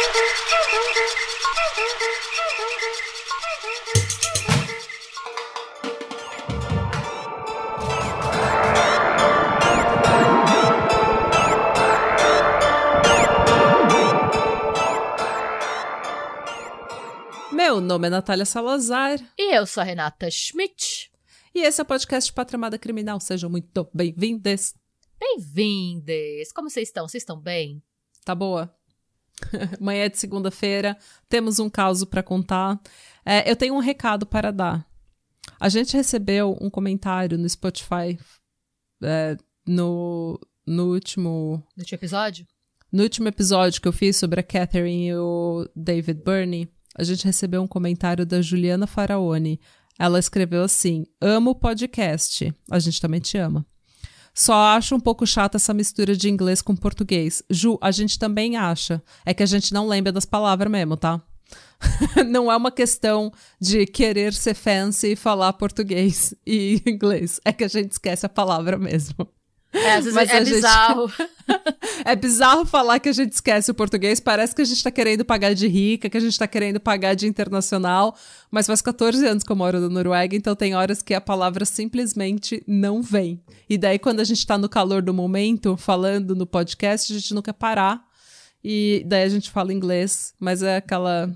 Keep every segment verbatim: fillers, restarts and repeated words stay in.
Meu nome é Natália Salazar. E eu sou a Renata Schmidt. E esse é o podcast Pátria Amada Criminal. Sejam muito bem-vindes. Bem-vindes. Como vocês estão? Vocês estão bem? Tá boa? Amanhã é de segunda-feira. Temos um caso para contar. É, eu tenho um recado para dar. A gente recebeu um comentário no Spotify é, no, no último... No último episódio? No último episódio que eu fiz sobre a Catherine e o David Burney. A gente recebeu um comentário da Juliana Faraone. Ela escreveu assim: amo o podcast. A gente também te ama. Só acho um pouco chata essa mistura de inglês com português. Ju, a gente também acha. É que a gente não lembra das palavras mesmo, tá? Não é uma questão de querer ser fancy e falar português e inglês. É que a gente esquece a palavra mesmo. É, às vezes Mas é bizarro. Gente... é bizarro falar que a gente esquece o português. Parece que a gente tá querendo pagar de rica, que a gente tá querendo pagar de internacional. Mas faz catorze anos que eu moro na Noruega, então tem horas que a palavra simplesmente não vem. E daí, quando a gente tá no calor do momento, falando no podcast, a gente não quer parar. E daí a gente fala inglês, mas é aquela...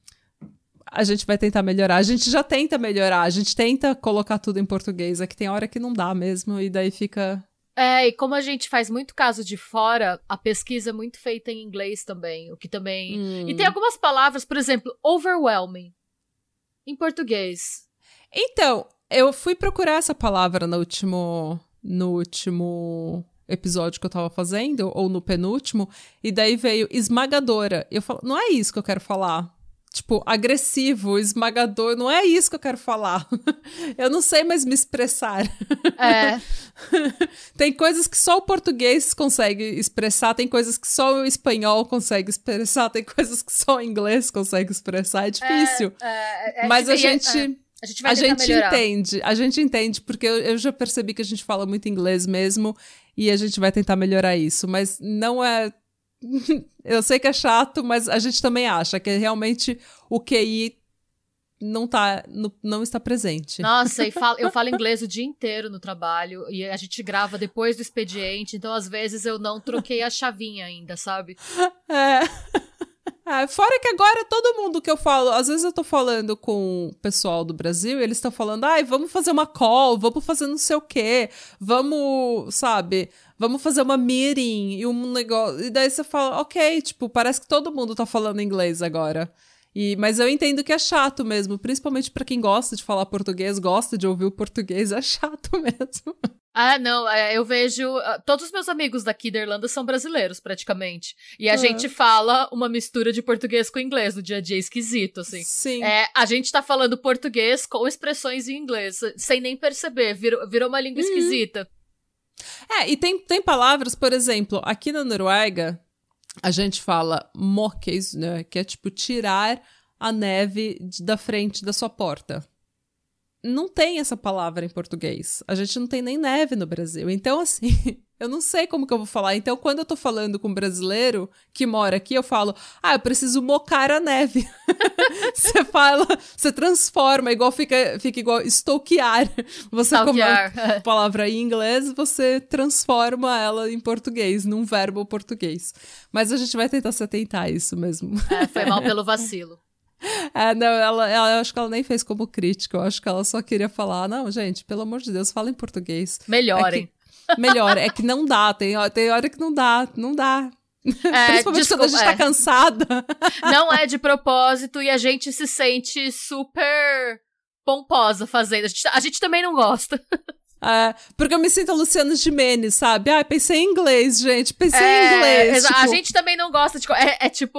A gente vai tentar melhorar. A gente já tenta melhorar. A gente tenta colocar tudo em português. É que tem hora que não dá mesmo, e daí fica... É, e como a gente faz muito caso de fora, a pesquisa é muito feita em inglês também, o que também... Hum. E tem algumas palavras, por exemplo, overwhelming, em português. Então, eu fui procurar essa palavra no último, no último episódio que eu tava fazendo, ou no penúltimo, e daí veio esmagadora. E eu falo, não é isso que eu quero falar. Tipo, agressivo, esmagador, não é isso que eu quero falar. Eu não sei mais me expressar. É. Tem coisas que só o português consegue expressar, tem coisas que só o espanhol consegue expressar, tem coisas que só o inglês consegue expressar. É difícil. É, é, é, Mas a é, gente... É, a gente, vai a gente melhorar. entende, a gente entende, porque eu, eu já percebi que a gente fala muito inglês mesmo, e a gente vai tentar melhorar isso. Mas não é... Eu sei que é chato, mas a gente também acha que realmente o Q I não, tá, no, não está presente. Nossa, e falo, eu falo inglês o dia inteiro no trabalho, e a gente grava depois do expediente, então às vezes eu não troquei a chavinha ainda, sabe? É. É, fora que agora todo mundo que eu falo, às vezes eu tô falando com o pessoal do Brasil e eles estão falando, ai, vamos fazer uma call, vamos fazer não sei o quê, vamos, sabe, vamos fazer uma meeting e um negócio, e daí você fala, ok, tipo, parece que todo mundo tá falando inglês agora. E, mas eu entendo que é chato mesmo, principalmente pra quem gosta de falar português, gosta de ouvir o português, é chato mesmo. Ah, não, eu vejo... Todos os meus amigos daqui da Irlanda são brasileiros, praticamente. E a é. gente fala uma mistura de português com inglês no dia a dia, esquisito, assim. Sim. É, a gente tá falando português com expressões em inglês, sem nem perceber, virou, virou uma língua uhum. esquisita. É, e tem, tem palavras, por exemplo, aqui na Noruega, a gente fala morkes, né, que é tipo tirar a neve de, da frente da sua porta. Não tem essa palavra em português. A gente não tem nem neve no Brasil. Então, assim, eu não sei como que eu vou falar. Então, quando eu tô falando com um brasileiro que mora aqui, eu falo, ah, eu preciso mocar a neve. Você fala, você transforma, igual fica, fica igual estoquear. Você Stalkear. Como a palavra em inglês, você transforma ela em português, num verbo português. Mas a gente vai tentar se atentar a isso mesmo. É, foi mal pelo vacilo. É, não, ela, ela, eu acho que ela nem fez como crítica, eu acho que ela só queria falar, não, gente, pelo amor de Deus, fala em português. Melhorem. É que, melhor, é que não dá, tem, tem hora que não dá, não dá. É, Principalmente desculpa, quando a gente é. tá cansada. Não é de propósito e a gente se sente super pomposa fazendo, a gente, a gente também não gosta. É, porque eu me sinto a Luciana Gimenez, sabe? Ah, pensei em inglês, gente. Pensei é, em inglês. Tipo... A gente também não gosta de... É, é tipo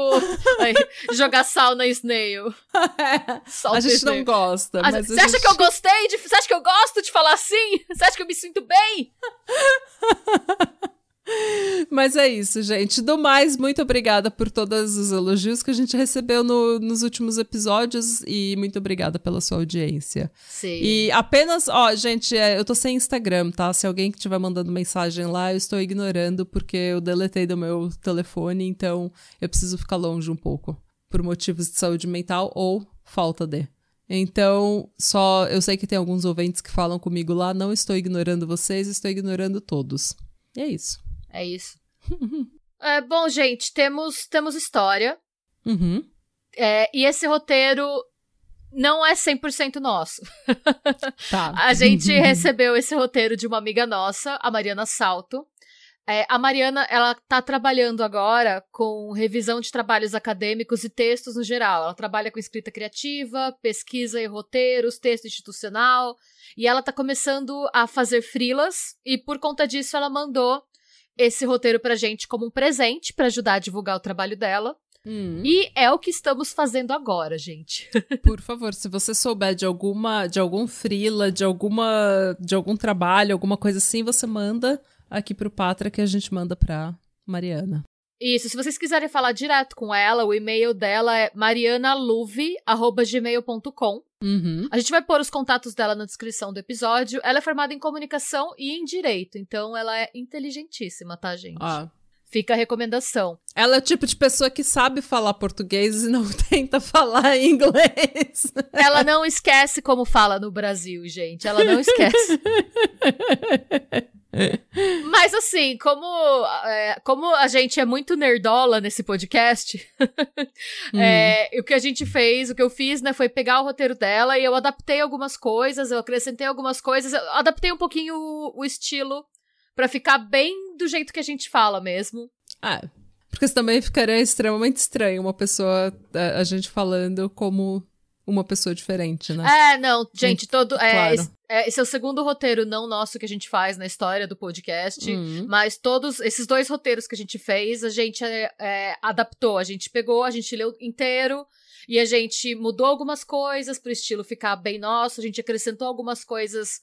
jogar sal na snail. É, a gente snail. não gosta. A, mas você a acha gente... que eu gostei? De... Você acha que eu gosto de falar assim? Você acha que eu me sinto bem? Mas é isso, gente. Do mais, muito obrigada por todos os elogios que a gente recebeu no, nos últimos episódios e muito obrigada pela sua audiência. Sim. E apenas, ó, gente, é, eu tô sem Instagram, tá? Se alguém que estiver mandando mensagem lá, eu estou ignorando porque eu deletei do meu telefone, então eu preciso ficar longe um pouco por motivos de saúde mental ou falta de. Então, só eu sei que tem alguns ouvintes que falam comigo lá, não estou ignorando vocês, estou ignorando todos. E é isso. É isso. é, bom, gente, temos, temos história. Uhum. É, e esse roteiro não é cem por cento nosso. Tá. A gente recebeu esse roteiro de uma amiga nossa, a Mariana Salto. É, a Mariana, ela tá trabalhando agora com revisão de trabalhos acadêmicos e textos no geral. Ela trabalha com escrita criativa, pesquisa e roteiros, texto institucional. E ela tá começando a fazer freelas. E por conta disso, ela mandou esse roteiro pra gente como um presente pra ajudar a divulgar o trabalho dela. Hum. E é o que estamos fazendo agora, gente. Por favor, se você souber de alguma, de algum freela, de alguma, de algum trabalho, alguma coisa assim, você manda aqui pro Patra que a gente manda pra Mariana. Isso, se vocês quiserem falar direto com ela, o e-mail dela é marianaluve arroba gmail ponto com. Uhum. A gente vai pôr os contatos dela na descrição do episódio. Ela é formada em comunicação e em direito, então ela é inteligentíssima, tá, gente? Ah. Fica a recomendação. Ela é o tipo de pessoa que sabe falar português e não tenta falar inglês. Ela não esquece como fala no Brasil, gente. Ela não esquece. Mas assim, como, é, como a gente é muito nerdola nesse podcast, hum. é, o que a gente fez, o que eu fiz, né, foi pegar o roteiro dela e eu adaptei algumas coisas, eu acrescentei algumas coisas, eu adaptei um pouquinho o, o estilo pra ficar bem do jeito que a gente fala mesmo. Ah, porque isso também ficaria extremamente estranho, uma pessoa, a, a gente falando como uma pessoa diferente, né? É, não, gente, todo... É, claro. esse, é, esse é o segundo roteiro não nosso que a gente faz na história do podcast, uhum. Mas todos esses dois roteiros que a gente fez, a gente é, é, adaptou, a gente pegou, a gente leu inteiro e a gente mudou algumas coisas pro estilo ficar bem nosso, a gente acrescentou algumas coisas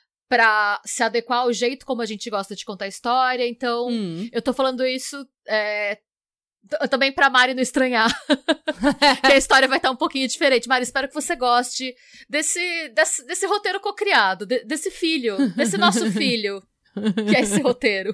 pra se adequar ao jeito como a gente gosta de contar história, então hum. eu tô falando isso é, t- também pra Mari não estranhar, que a história vai estar um pouquinho diferente. Mari, espero que você goste desse, desse, desse roteiro cocriado, de, desse filho, desse nosso filho, que é esse roteiro.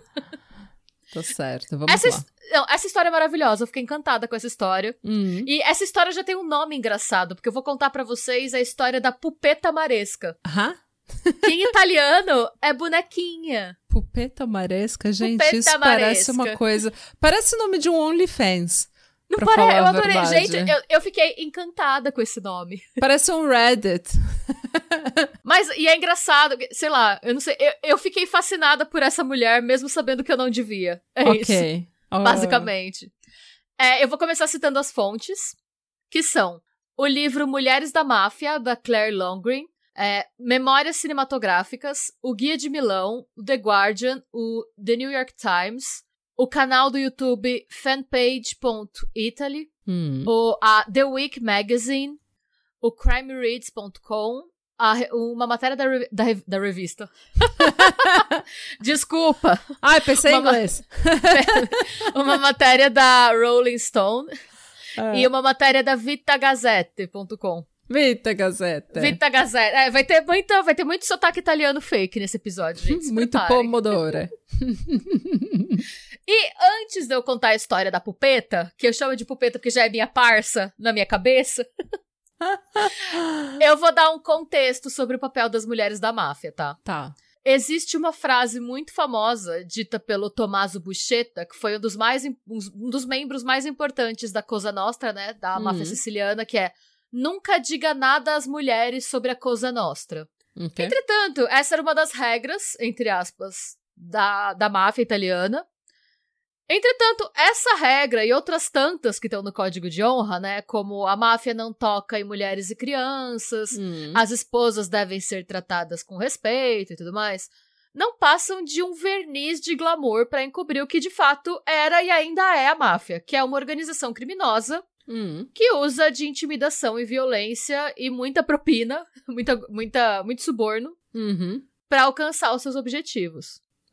Tá certo, vamos essa, lá. Não, essa história é maravilhosa, eu fiquei encantada com essa história. Hum. E essa história já tem um nome engraçado, porque eu vou contar pra vocês a história da Pupetta Maresca. Aham. Que em italiano é bonequinha. Pupetta Maresca, gente, Pupetta isso Maresca. Parece uma coisa... Parece o nome de um OnlyFans. Não pra pare... falar Eu a adorei. verdade. Gente, eu, eu fiquei encantada com esse nome. Parece um Reddit. Mas, e é engraçado, sei lá, eu não sei, eu, eu fiquei fascinada por essa mulher, mesmo sabendo que eu não devia. É Ok. isso, oh. basicamente. É, eu vou começar citando as fontes, que são o livro Mulheres da Máfia, da Claire Longgreen, É, Memórias Cinematográficas, o Guia de Milão, o The Guardian, o The New York Times, o canal do YouTube fanpage ponto italy, hum. o, a The Week Magazine, o crime reads ponto com, a, uma matéria da, da, da revista. Desculpa. Ai, pensei em uma, inglês. Uma matéria da Rolling Stone ah. e uma matéria da vita gazette ponto com. Vita Gazeta. Vita Gazeta. É, vai ter muita, vai ter muito sotaque italiano fake nesse episódio, gente. Muito pomodoro. E antes de eu contar a história da Pupetta, que eu chamo de Pupetta porque já é minha parça na minha cabeça, eu vou dar um contexto sobre o papel das mulheres da máfia, tá? Tá. Existe uma frase muito famosa, dita pelo Tommaso Buscetta, que foi um dos, mais, um dos membros mais importantes da Cosa Nostra, né? Da máfia uhum. siciliana, que é: nunca diga nada às mulheres sobre a Cosa Nostra. Okay. Entretanto, essa era uma das regras, entre aspas, da, da máfia italiana. Entretanto, essa regra e outras tantas que estão no Código de Honra, né, como a máfia não toca em mulheres e crianças, hum. as esposas devem ser tratadas com respeito e tudo mais, não passam de um verniz de glamour para encobrir o que de fato era e ainda é a máfia, que é uma organização criminosa hum. que usa de intimidação e violência e muita propina, muita, muita, muito suborno, uhum. para alcançar os seus objetivos.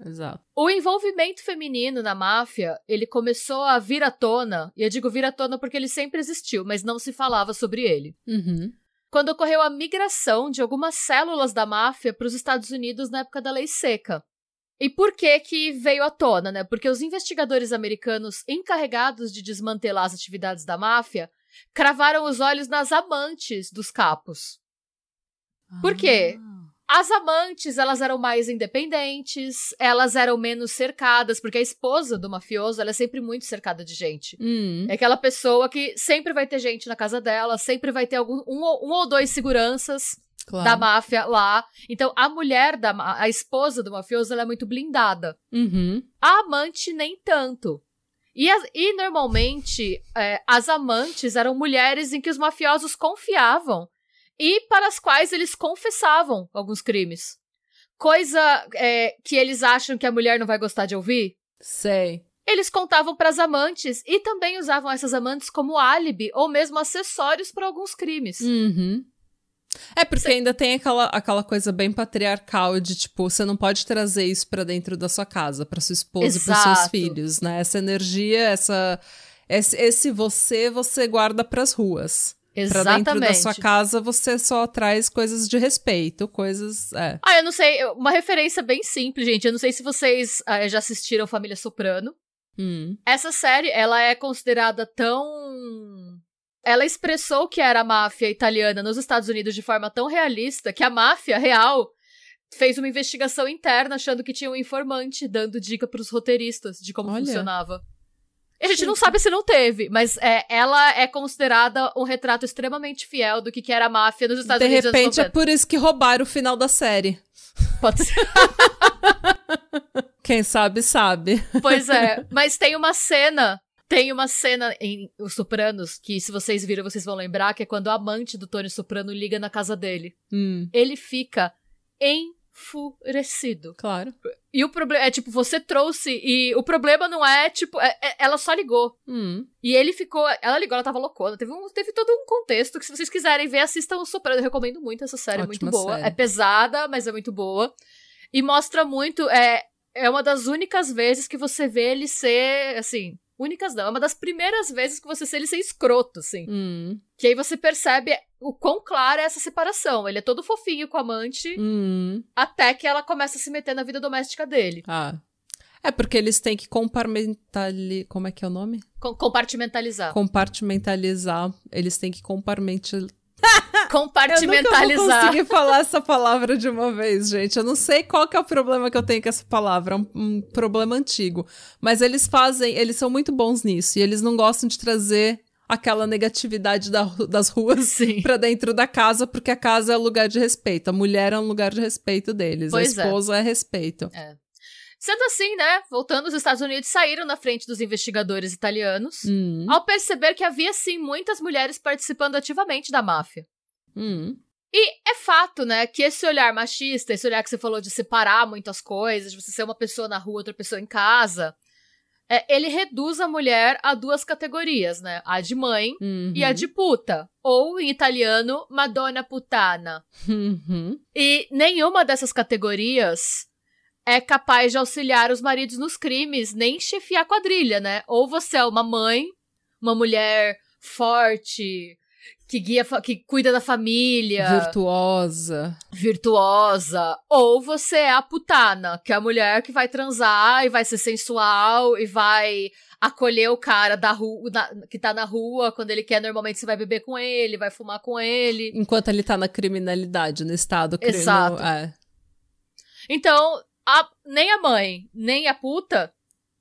Exato. O envolvimento feminino na máfia, ele começou a vir à tona, e eu digo vir à tona porque ele sempre existiu, mas não se falava sobre ele. Uhum. Quando ocorreu a migração de algumas células da máfia para os Estados Unidos na época da Lei Seca. E por que que veio à tona, né? Porque os investigadores americanos encarregados de desmantelar as atividades da máfia cravaram os olhos nas amantes dos capos. Por quê? Ah. As amantes, elas eram mais independentes, elas eram menos cercadas, porque a esposa do mafioso, ela é sempre muito cercada de gente. Hum. É aquela pessoa que sempre vai ter gente na casa dela, sempre vai ter algum, um, um ou dois seguranças Claro. da máfia lá. Então, a mulher, da a esposa do mafioso, ela é muito blindada. Uhum. A amante, nem tanto. E, as, e normalmente, é, as amantes eram mulheres em que os mafiosos confiavam e para as quais eles confessavam alguns crimes. Coisa é, que eles acham que a mulher não vai gostar de ouvir. Sei. Eles contavam para as amantes e também usavam essas amantes como álibi ou mesmo acessórios para alguns crimes. Uhum. É porque Sim. ainda tem aquela, aquela coisa bem patriarcal de, tipo, você não pode trazer isso pra dentro da sua casa, pra sua esposa Exato. e pros seus filhos, né? Essa energia, essa, esse, esse você, você guarda pras ruas. Exatamente. Pra dentro da sua casa, você só traz coisas de respeito, coisas... É. Ah, eu não sei, uma referência bem simples, gente. Eu não sei se vocês ah, já assistiram Família Soprano. Hum. Essa série, ela é considerada tão... Ela expressou que era a máfia italiana nos Estados Unidos de forma tão realista que a máfia real fez uma investigação interna achando que tinha um informante dando dica pros roteiristas de como Olha. funcionava. E a gente não sabe se não teve, mas é, ela é considerada um retrato extremamente fiel do que, que era a máfia nos Estados De Unidos. De repente é por isso que roubaram o final da série. Pode ser. Quem sabe, sabe. Pois é, mas tem uma cena... Tem uma cena em Os Sopranos, que se vocês viram, vocês vão lembrar, que é quando o amante do Tony Soprano liga na casa dele. Hum. Ele fica enfurecido. Claro. E o problema é, tipo, você trouxe, e o problema não é, tipo, é, é, ela só ligou. Hum. E ele ficou, ela ligou, ela tava loucona, teve, um, teve todo um contexto que se vocês quiserem ver, assistam Os Sopranos. Eu recomendo muito essa série, é muito boa. Série. É pesada, mas é muito boa. E mostra muito, é, é uma das únicas vezes que você vê ele ser, assim... Únicas não, é uma das primeiras vezes que você vê ele ser escroto, assim. Hum. Que aí você percebe o quão clara é essa separação. Ele é todo fofinho com a amante, Hum. até que ela começa a se meter na vida doméstica dele. Ah. É porque eles têm que compartimentalizar... Como é que é o nome? Com- compartimentalizar. Compartimentalizar. Eles têm que compartimentalizar. Compartimentalizar. Eu nunca vou conseguir falar essa palavra de uma vez, gente. Eu não sei qual que é o problema que eu tenho com essa palavra. É um, um problema antigo. Mas eles fazem... Eles são muito bons nisso. E eles não gostam de trazer aquela negatividade da, das ruas Sim. pra dentro da casa, porque a casa é um lugar de respeito. A mulher é um lugar de respeito deles. Pois a esposa é, é respeito. É. Sendo assim, né, voltando, os Estados Unidos saíram na frente dos investigadores italianos, Hum. ao perceber que havia, sim, muitas mulheres participando ativamente da máfia. Hum. E é fato, né, que esse olhar machista, esse olhar que você falou de separar muitas coisas, de você ser uma pessoa na rua, outra pessoa em casa, é, ele reduz a mulher a duas categorias, né, a de mãe Uhum. e a de puta, ou, em italiano, Madonna Puttana. Uhum. E nenhuma dessas categorias... é capaz de auxiliar os maridos nos crimes, nem chefiar a quadrilha, né? Ou você é uma mãe, uma mulher forte, que guia, que cuida da família. Virtuosa. Virtuosa. Ou você é a putana, que é a mulher que vai transar e vai ser sensual e vai acolher o cara da rua, na, que tá na rua, quando ele quer, normalmente você vai beber com ele, vai fumar com ele. Enquanto ele tá na criminalidade, no estado criminal. Exato. É. Então... A, nem a mãe, nem a puta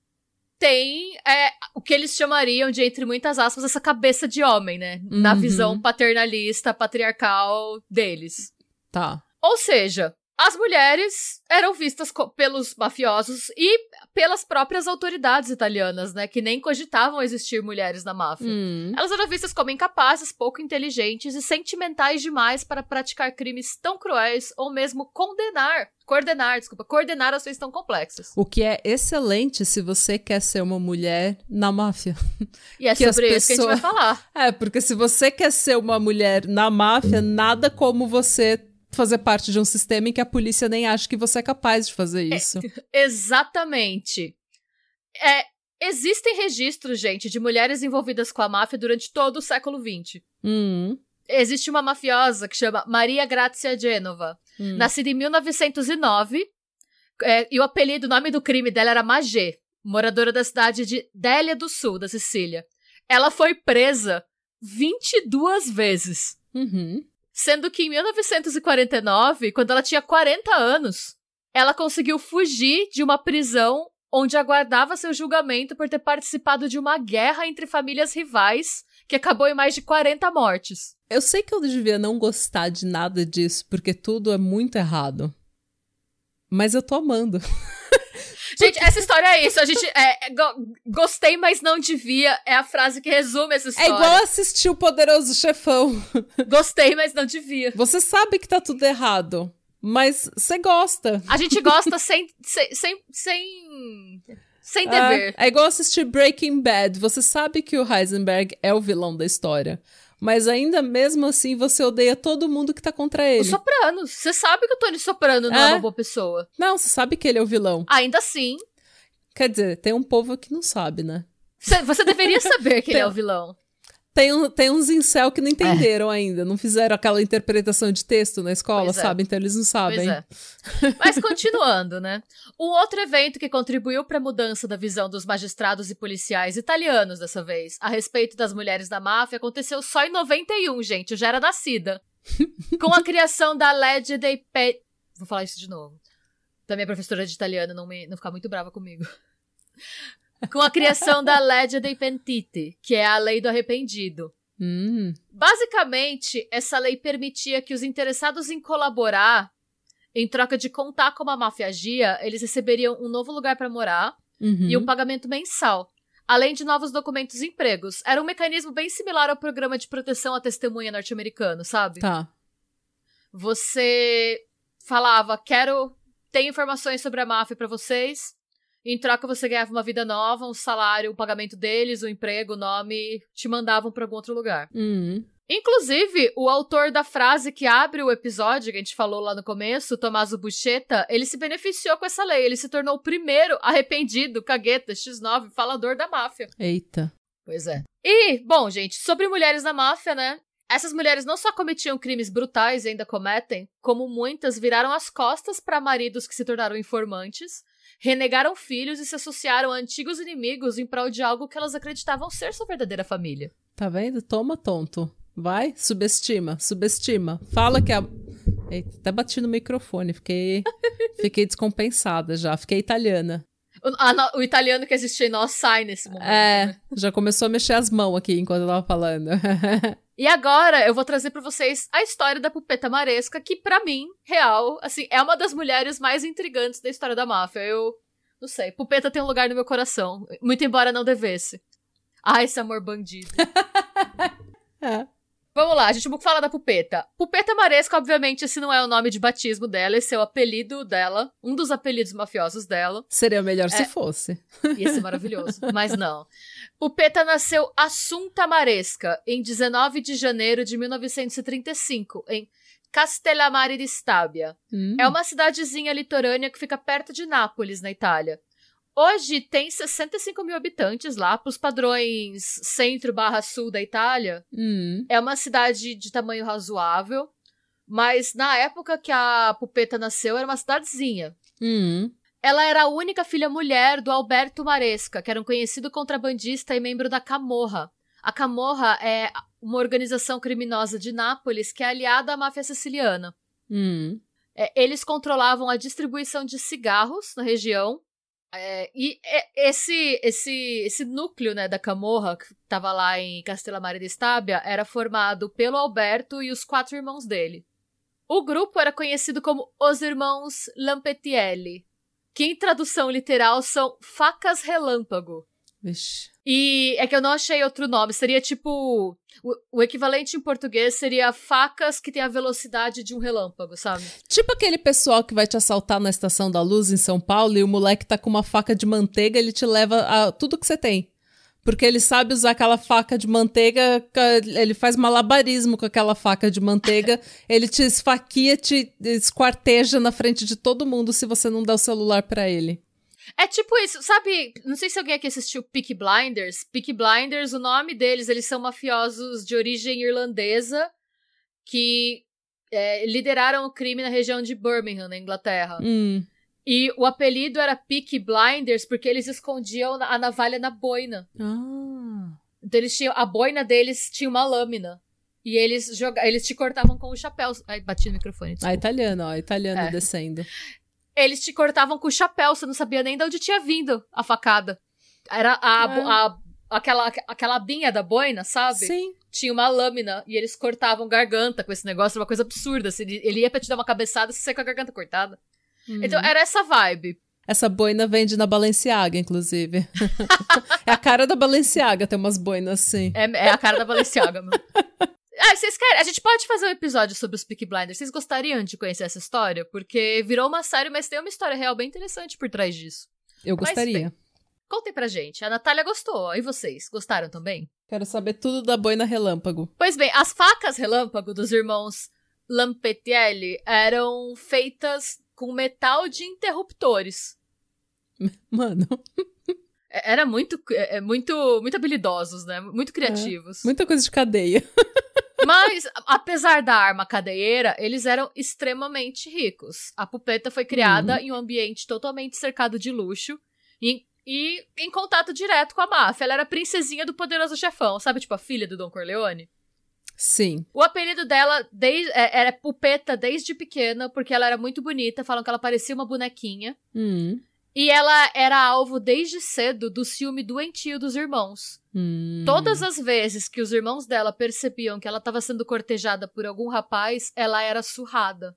tem é, o que eles chamariam de, entre muitas aspas, essa cabeça de homem, né? Uhum. Na visão paternalista, patriarcal deles. Tá. Ou seja, as mulheres eram vistas pelos mafiosos e pelas próprias autoridades italianas, né? Que nem cogitavam existir mulheres na máfia. Hum. Elas eram vistas como incapazes, pouco inteligentes e sentimentais demais para praticar crimes tão cruéis ou mesmo condenar, coordenar, desculpa, coordenar ações tão complexas. O que é excelente se você quer ser uma mulher na máfia. E é que sobre isso pessoas... que a gente vai falar. É, porque se você quer ser uma mulher na máfia, nada como você fazer parte de um sistema em que a polícia nem acha que você é capaz de fazer isso. É, exatamente. É, existem registros, gente, de mulheres envolvidas com a máfia durante todo o século vinte. Hum. Existe uma mafiosa que chama Maria Grazia Genova, hum. nascida em mil novecentos e nove, é, e o apelido, o nome do crime dela era Magé, moradora da cidade de Délia do Sul, da Sicília. Ela foi presa vinte e duas vezes. Uhum. Sendo que em mil novecentos e quarenta e nove, quando ela tinha quarenta anos, ela conseguiu fugir de uma prisão onde aguardava seu julgamento por ter participado de uma guerra entre famílias rivais que acabou em mais de quarenta mortes. Eu sei que eu devia não gostar de nada disso, porque tudo é muito errado. Mas eu tô amando. Gente, essa história é isso. A gente é, é, go- gostei, mas não devia. É a frase que resume essa história. É igual assistir o Poderoso Chefão. Gostei, mas não devia. Você sabe que tá tudo errado, mas você gosta. A gente gosta sem... sem, sem, sem... Sem dever. É, é igual assistir Breaking Bad. Você sabe que o Heisenberg é o vilão da história. Mas ainda mesmo assim, você odeia todo mundo que tá contra ele. Os Sopranos. Você sabe que o Tony Soprano não é, é uma boa pessoa. Não, você sabe que ele é o vilão. Ainda assim. Quer dizer, tem um povo que não sabe, né? Você, você deveria saber que ele é o vilão. Tem, um, tem uns incel que não entenderam é. ainda. Não fizeram aquela interpretação de texto na escola, pois sabe? É. Então eles não sabem. Pois é. Mas continuando, né? Um outro evento que contribuiu para a mudança da visão dos magistrados e policiais italianos dessa vez, a respeito das mulheres da máfia, aconteceu só em noventa e um, gente. Eu já era nascida. Com a criação da Legge dei Pe... Vou falar isso de novo. Pra minha professora de italiano não, me... não ficar muito brava comigo. Com a criação da Legge dei Pentiti, que é a lei do arrependido. Hum. Basicamente, essa lei permitia que os interessados em colaborar, em troca de contar como a máfia agia, eles receberiam um novo lugar para morar uhum. e um pagamento mensal, além de novos documentos e empregos. Era um mecanismo bem similar ao programa de proteção à testemunha norte-americano, sabe? Tá. Você falava, quero ter informações sobre a máfia para vocês. Em troca, você ganhava uma vida nova, um salário, o pagamento deles, o emprego, o nome, te mandavam para algum outro lugar. Uhum. Inclusive, o autor da frase que abre o episódio, que a gente falou lá no começo, Tommaso Buscetta, ele se beneficiou com essa lei. Ele se tornou o primeiro arrependido, cagueta, xis nove, falador da máfia. Eita. Pois é. E, bom, gente, sobre mulheres na máfia, né? Essas mulheres não só cometiam crimes brutais e ainda cometem, como muitas viraram as costas para maridos que se tornaram informantes, renegaram filhos e se associaram a antigos inimigos em prol de algo que elas acreditavam ser sua verdadeira família. Tá vendo? Toma, tonto. Vai, subestima, subestima. Fala que a... Eita, até bati no microfone, fiquei, fiquei descompensada já, fiquei italiana. O, a, o italiano que existe em nós sai nesse momento. É, né? Já começou a mexer as mãos aqui enquanto eu tava falando. E agora eu vou trazer pra vocês a história da Pupetta Maresca, que pra mim, real, assim, é uma das mulheres mais intrigantes da história da máfia. Eu, não sei, Pupetta tem um lugar no meu coração, muito embora não devesse. Ah, esse amor bandido. É. Vamos lá, a gente vai falar da Pupetta. Pupetta Maresca, obviamente, esse não é o nome de batismo dela, esse é o apelido dela, um dos apelidos mafiosos dela. Seria melhor é... se fosse. Ia ser maravilhoso, mas não. Pupetta nasceu Assunta Maresca em dezenove de janeiro de mil novecentos e trinta e cinco, em Castellammare di Stabia. Hum. É uma cidadezinha litorânea que fica perto de Nápoles, na Itália. Hoje tem sessenta e cinco mil habitantes lá, pros padrões centro barra sul da Itália. Hum. É uma cidade de tamanho razoável, mas na época que a Pupetta nasceu era uma cidadezinha. Hum. Ela era a única filha mulher do Alberto Maresca, que era um conhecido contrabandista e membro da Camorra. A Camorra é uma organização criminosa de Nápoles que é aliada à máfia siciliana. Hum. É, eles controlavam a distribuição de cigarros na região. É, e é, esse, esse, esse núcleo, né, da Camorra, que estava lá em Castellammare di Stabia, era formado pelo Alberto e os quatro irmãos dele. O grupo era conhecido como os Irmãos Lampetielli, que em tradução literal são facas relâmpago. Vixe. E é que eu não achei outro nome. Seria tipo... O, o equivalente em português seria facas que tem a velocidade de um relâmpago, sabe? Tipo aquele pessoal que vai te assaltar na Estação da Luz em São Paulo e o moleque tá com uma faca de manteiga, ele te leva a tudo que você tem. Porque ele sabe usar aquela faca de manteiga, ele faz malabarismo com aquela faca de manteiga, ele te esfaqueia, te esquarteja na frente de todo mundo se você não der o celular pra ele. É tipo isso, sabe? Não sei se alguém aqui assistiu Peaky Blinders. Peaky Blinders, o nome deles, eles são mafiosos de origem irlandesa que é, lideraram o crime na região de Birmingham, na Inglaterra. Hum. E o apelido era Peaky Blinders porque eles escondiam a navalha na boina. Ah. Então eles tinham, a boina deles tinha uma lâmina. E eles jogavam, eles te cortavam com o chapéu. Ai, bati no microfone, desculpa. A italiana, ó, a italiana É. descendo. Eles te cortavam com o chapéu, você não sabia nem de onde tinha vindo a facada. Era a, É. a, aquela, aquela abinha da boina, sabe? Sim. Tinha uma lâmina e eles cortavam garganta com esse negócio, era uma coisa absurda. Assim, ele, ele ia pra te dar uma cabeçada e você saia com a garganta cortada. Uhum. Então era essa vibe. Essa boina vende na Balenciaga, inclusive. É a cara da Balenciaga, tem umas boinas assim. É, é a cara da Balenciaga, meu. Ah, vocês querem? A gente pode fazer um episódio sobre os Peaky Blinders. Vocês gostariam de conhecer essa história? Porque virou uma série, mas tem uma história real bem interessante por trás disso. Eu Mas, gostaria. bem, contem pra gente. A Natália gostou. E vocês? Gostaram também? Quero saber tudo da boina relâmpago. Pois bem, as facas relâmpago dos irmãos Lampetielli eram feitas com metal de interruptores. Mano, É- Era muito, é, é muito, muito habilidosos, né? Muito criativos. muita coisa de cadeia. Mas, a- apesar da arma cadeieira, eles eram extremamente ricos. A Pupeta foi criada Uhum. em um ambiente totalmente cercado de luxo e, e em contato direto com a máfia. Ela era a princesinha do poderoso chefão, sabe? Tipo a filha do Don Corleone. Sim. O apelido dela desde, é, era Pupeta desde pequena, porque ela era muito bonita. Falam que ela parecia uma bonequinha. Hum. E ela era alvo desde cedo do ciúme doentio dos irmãos. Hum. Todas as vezes que os irmãos dela percebiam que ela estava sendo cortejada por algum rapaz, ela era surrada.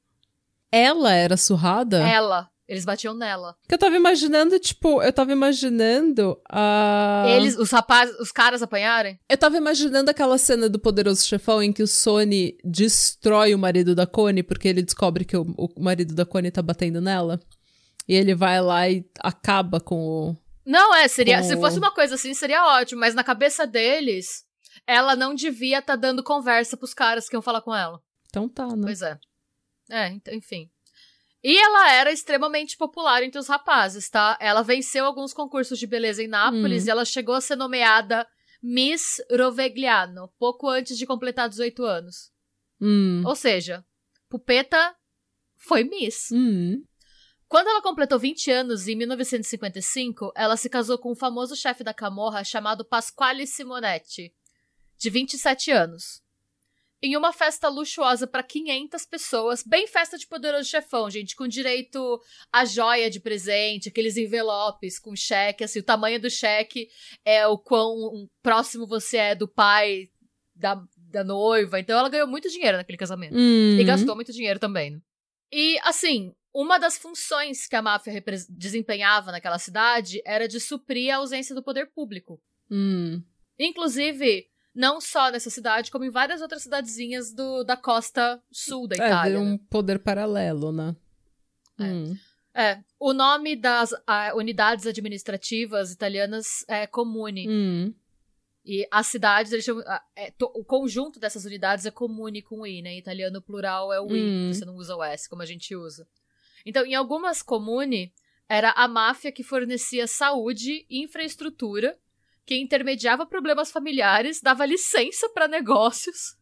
Ela era surrada? Ela. Eles batiam nela. Que eu tava imaginando, tipo, eu tava imaginando a... Eles, os rapazes, os caras apanharem? Eu tava imaginando aquela cena do Poderoso Chefão em que o Sonny destrói o marido da Connie porque ele descobre que o, o marido da Connie tá batendo nela. E ele vai lá e acaba com o... Não, é, seria. Com- Se fosse uma coisa assim, seria ótimo, mas na cabeça deles, ela não devia estar dando conversa pros caras que iam falar com ela. Então tá, né? Pois é. É, então, enfim. E ela era extremamente popular entre os rapazes, tá? Ela venceu alguns concursos de beleza em Nápoles Hum. e ela chegou a ser nomeada Miss Rovegliano, pouco antes de completar dezoito anos. Hum. Ou seja, Pupeta foi Miss. Hum. Quando ela completou vinte anos, em mil novecentos e cinquenta e cinco, ela se casou com um famoso chefe da camorra chamado Pasquale Simonetti, de vinte e sete anos. Em uma festa luxuosa para quinhentas pessoas, bem festa de Poderoso Chefão, gente, com direito a joia de presente, aqueles envelopes com cheque, assim, o tamanho do cheque é o quão próximo você é do pai da, da noiva. Então ela ganhou muito dinheiro naquele casamento. Hum. E gastou muito dinheiro também, né? E, assim, uma das funções que a máfia repre- desempenhava naquela cidade era de suprir a ausência do poder público. Hum. Inclusive, não só nessa cidade, como em várias outras cidadezinhas do, da costa sul da É, Itália. vira um né? poder paralelo, né? É. Hum. É, o nome das ah, unidades administrativas italianas é comune. Hum. E as cidades, eles chamam, ah, é, to- o conjunto dessas unidades é comune com o I, né? Em italiano, o plural é o I, Hum. você não usa o S, como a gente usa. Então, em algumas comune, era a máfia que fornecia saúde e infraestrutura, que intermediava problemas familiares, dava licença para negócios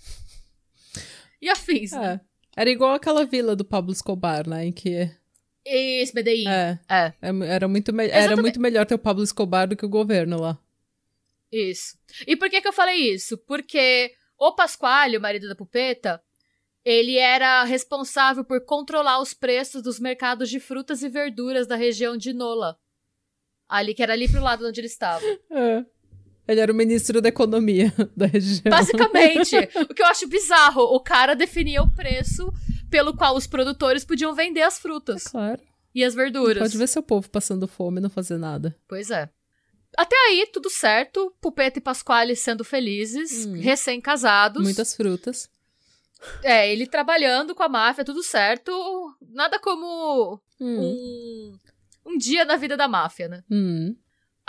e afins. né? É. Era igual aquela vila do Pablo Escobar, né? Em que... Isso, Medellín. É. É, É, Era muito, me- era Exatamente. muito melhor ter o Pablo Escobar do que o governo lá. isso. E por que que eu falei isso? Porque o Pasquale, o marido da Pupeta, ele era responsável por controlar os preços dos mercados de frutas e verduras da região de Nola. Ali, que era ali pro lado onde ele estava. É. Ele era o ministro da economia da região. Basicamente, o que eu acho bizarro, o cara definia o preço pelo qual os produtores podiam vender as frutas Claro. e as verduras. Pode ver seu povo passando fome e não fazer nada. Pois é. Até aí, tudo certo. Pupeta e Pasquale sendo felizes, Hum. recém-casados. Muitas frutas. É, ele trabalhando com a máfia, tudo certo. Nada como Hum. um, um dia na vida da máfia, né? Hum.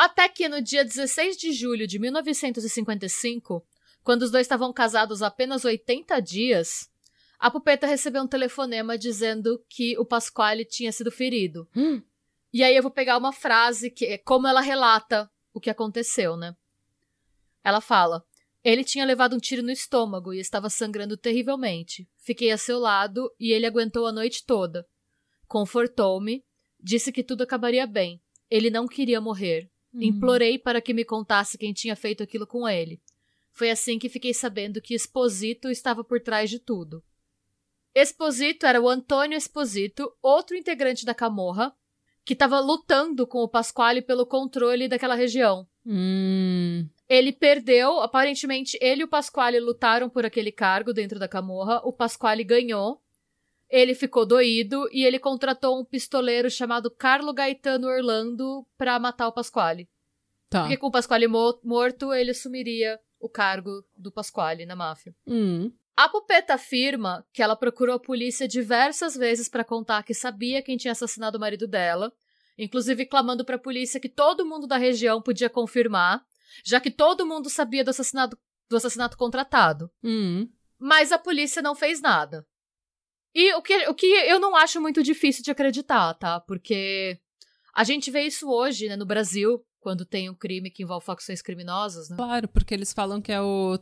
Até que no dia dezesseis de julho de mil novecentos e cinquenta e cinco, quando os dois estavam casados há apenas oitenta dias, a Pupetta recebeu um telefonema dizendo que o Pasquale tinha sido ferido. Hum. E aí eu vou pegar uma frase que é como ela relata o que aconteceu, né? Ela fala: ele tinha levado um tiro no estômago e estava sangrando terrivelmente. Fiquei a seu lado e ele aguentou a noite toda. Confortou-me, disse que tudo acabaria bem. Ele não queria morrer. Hum. Implorei para que me contasse quem tinha feito aquilo com ele. Foi assim que fiquei sabendo que Esposito estava por trás de tudo. Esposito era o Antônio Esposito, outro integrante da Camorra, que estava lutando com o Pasquale pelo controle daquela região. Hum. Ele perdeu, aparentemente ele e o Pasquale lutaram por aquele cargo dentro da Camorra, o Pasquale ganhou, ele ficou doído e ele contratou um pistoleiro chamado Carlo Gaetano Orlando pra matar o Pasquale. Tá. Porque com o Pasquale mo- morto, ele assumiria o cargo do Pasquale na máfia. Hum. A Pupetta afirma que ela procurou a polícia diversas vezes pra contar que sabia quem tinha assassinado o marido dela, inclusive clamando pra polícia que todo mundo da região podia confirmar, já que todo mundo sabia do assassinato, do assassinato contratado. Hum. Mas a polícia não fez nada. E o que, o que eu não acho muito difícil de acreditar, tá? Porque a gente vê isso hoje, né, no Brasil, quando tem um crime que envolve facções criminosas, né? Claro, porque eles falam que é o...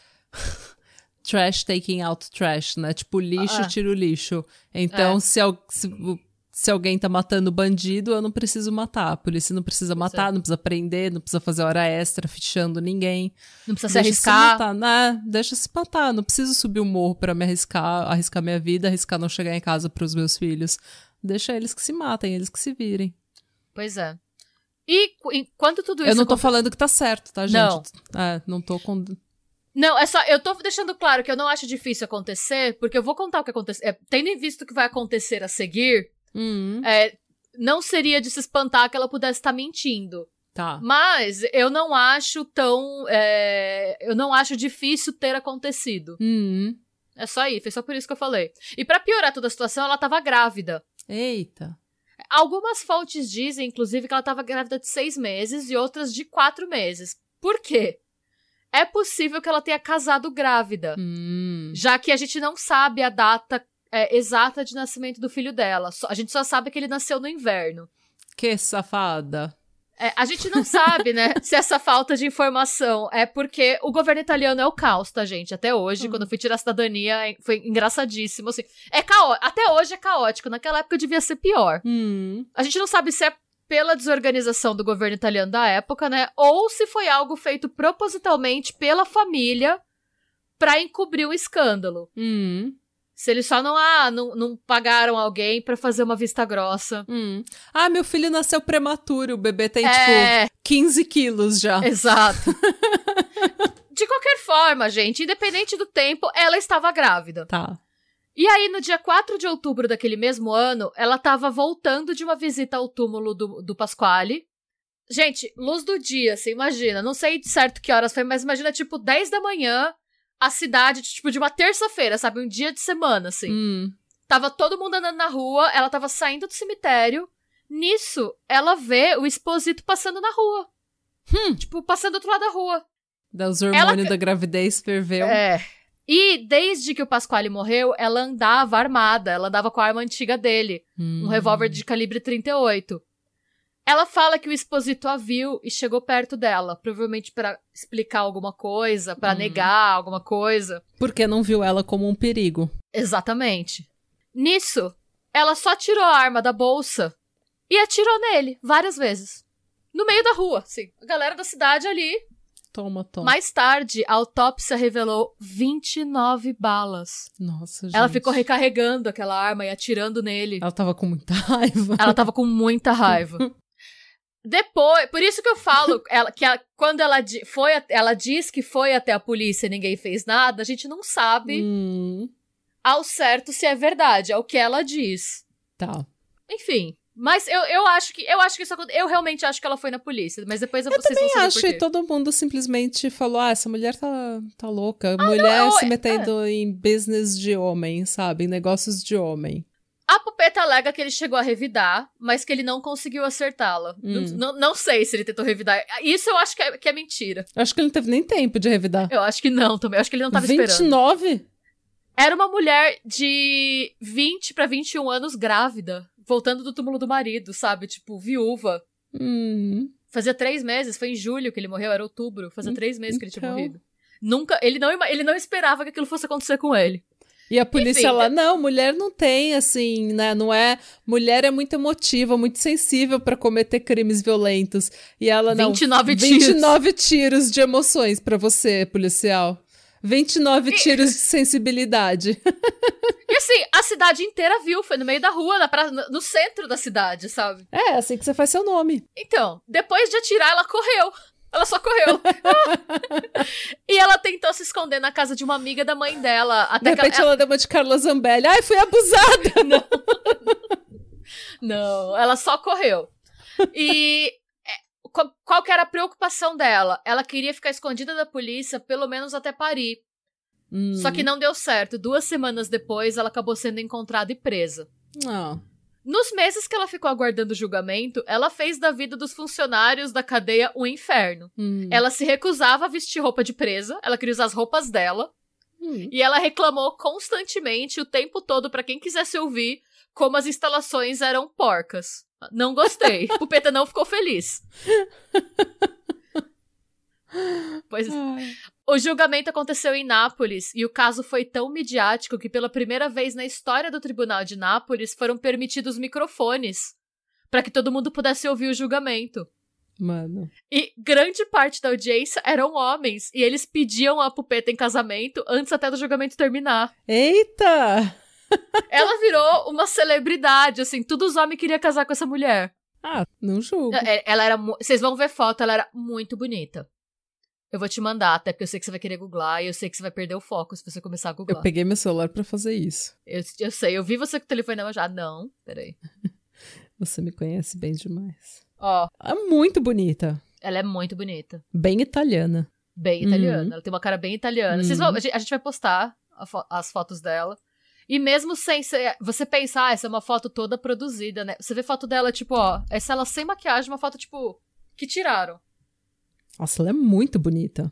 trash taking out trash, né? Tipo, lixo Ah. tira o lixo. Então, É. se, al- se, se alguém tá matando bandido, eu não preciso matar. A polícia não precisa matar, é. não precisa prender, não precisa fazer hora extra, fichando ninguém. Não precisa se Deixa arriscar. matar, né? Deixa se matar. Não preciso subir o morro pra me arriscar, arriscar minha vida, arriscar não chegar em casa pros meus filhos. Deixa eles que se matem, eles que se virem. Pois é. E qu- enquanto tudo isso... Eu não tô aconte- falando que tá certo, tá, gente? Não. É, não tô com... Não, é só... Eu tô deixando claro que eu não acho difícil acontecer, porque eu vou contar o que aconteceu. É, tendo em vista o que vai acontecer a seguir, Hum, é, não seria de se espantar que ela pudesse estar mentindo. tá. Mas eu não acho tão... é, eu não acho difícil ter acontecido. Hum. É só isso, foi só por isso que eu falei. E pra piorar toda a situação, ela tava grávida. Eita. Algumas fontes dizem, inclusive, que ela tava grávida de seis meses e outras de quatro meses. Por quê? É possível que ela tenha casado grávida, Hum. já que a gente não sabe a data é, exata de nascimento do filho dela. Só- a gente só sabe que ele nasceu no inverno. Que safada. É, a gente não sabe, né, se essa falta de informação é porque o governo italiano é o caos, tá, gente? Até hoje, Hum. quando eu fui tirar a cidadania, é- foi engraçadíssimo, assim. É caótico. Até hoje é caótico. Naquela época devia ser pior. Hum. A gente não sabe se é pela desorganização do governo italiano da época, né? Ou se foi algo feito propositalmente pela família pra encobrir o escândalo. Hum. Se eles só não, ah, não, não pagaram alguém pra fazer uma vista grossa. Hum. Ah, meu filho nasceu prematuro. O bebê tem, É. tipo, quinze quilos já. Exato. De qualquer forma, gente, independente do tempo, ela estava grávida. Tá. E aí, no dia quatro de outubro daquele mesmo ano, ela tava voltando de uma visita ao túmulo do, do Pasquale. Gente, luz do dia, você imagina. Não sei de certo que horas foi, mas imagina, tipo, dez da manhã, a cidade, tipo, de uma terça-feira, sabe? Um dia de semana, assim. Hum. Tava todo mundo andando na rua, ela tava saindo do cemitério. Nisso, ela vê o Esposito passando na rua. Hum. Tipo, passando do outro lado da rua. Os hormônios Ela- da gravidez ferveu. É. E desde que o Pasquale morreu, ela andava armada. Ela andava com a arma antiga dele. Hum. Um revólver de calibre trinta e oito. Ela fala que o Esposito a viu e chegou perto dela. Provavelmente pra explicar alguma coisa, pra Hum. negar alguma coisa. Porque não viu ela como um perigo. Exatamente. Nisso, ela só tirou a arma da bolsa e atirou nele várias vezes. No meio da rua, sim. A galera da cidade ali. Toma, toma. Mais tarde, a autópsia revelou vinte e nove balas. Nossa, gente. Ela ficou recarregando aquela arma e atirando nele. Ela tava com muita raiva. Ela tava com muita raiva. Depois, por isso que eu falo ela, que ela, quando ela, di- foi, a- ela diz que foi até a polícia e ninguém fez nada, a gente não sabe Hum. ao certo se é verdade, é o que ela diz. Tá. Enfim, mas eu, eu acho que eu acho que isso aconte- eu realmente acho que ela foi na polícia, mas depois Eu vocês vão também saber acho por que quê. todo mundo simplesmente falou, ah, essa mulher tá, tá louca. Mulher eu- se é. metendo em business de homem, sabe? Em negócios de homem. A Pupetta Pupeta alega que ele chegou a revidar, mas que ele não conseguiu acertá-la. Hum. Não, não sei se ele tentou revidar. Isso eu acho que é, que é mentira. Eu acho que ele não teve nem tempo de revidar. Eu acho que não também. Eu acho que ele não tava vinte e nove? esperando. Era uma mulher de vinte pra vinte e um anos grávida, voltando do túmulo do marido, sabe? Tipo, viúva. Hum. Fazia três meses, foi em julho que ele morreu, era outubro. Fazia três meses que ele tinha Então. morrido. Nunca, ele não, ele não esperava que aquilo fosse acontecer com ele. E a polícia Enfim, lá, não, mulher não tem, assim, né, não é... Mulher é muito emotiva, muito sensível pra cometer crimes violentos. E ela, não... vinte e nove tiros. vinte e nove tiros de emoções pra você, policial. vinte e nove E... tiros de sensibilidade. E assim, a cidade inteira viu, foi no meio da rua, na pra... no centro da cidade, sabe? É, assim que você faz seu nome. Então, depois de atirar, ela correu. Ela só correu. E ela tentou se esconder na casa de uma amiga da mãe dela. Até De repente que ela... ela deu uma de Carla Zambelli. Ai, fui abusada! Não. Não, ela só correu. E qual, qual que era a preocupação dela? Ela queria ficar escondida da polícia, pelo menos até parir. Hum. Só que não deu certo. Duas semanas depois, ela acabou sendo encontrada e presa. Ah. Nos meses que ela ficou aguardando o julgamento, ela fez da vida dos funcionários da cadeia um inferno. Hum. Ela se recusava a vestir roupa de presa, ela queria usar as roupas dela, Hum. e ela reclamou constantemente, o tempo todo, pra quem quisesse ouvir, como as instalações eram porcas. Não gostei. Pupeta não ficou feliz. Pois... Ai. O julgamento aconteceu em Nápoles e o caso foi tão midiático que pela primeira vez na história do Tribunal de Nápoles foram permitidos microfones para que todo mundo pudesse ouvir o julgamento. Mano. E grande parte da audiência eram homens e eles pediam a Pupeta em casamento antes até do julgamento terminar. Eita! Ela virou uma celebridade, assim, todos os homens queriam casar com essa mulher. Ah, não julgo. Ela era... Vocês vão ver foto, ela era muito bonita. Eu vou te mandar, até porque eu sei que você vai querer googlar e eu sei que você vai perder o foco se você começar a googlar. Eu peguei meu celular pra fazer isso. Eu, eu sei, eu vi você com o telefone na mão já. Não, peraí. Você me conhece bem demais. Ó. É muito bonita. Ela é muito bonita. Bem italiana. Bem italiana. Uhum. Ela tem uma cara bem italiana. Uhum. Vocês vão, a, gente, a gente vai postar a fo- as fotos dela. E mesmo sem ser... Você pensar, ah, essa é uma foto toda produzida, né? Você vê foto dela, tipo, ó... Essa ela sem maquiagem, uma foto, tipo... Que tiraram. Nossa, ela é muito bonita.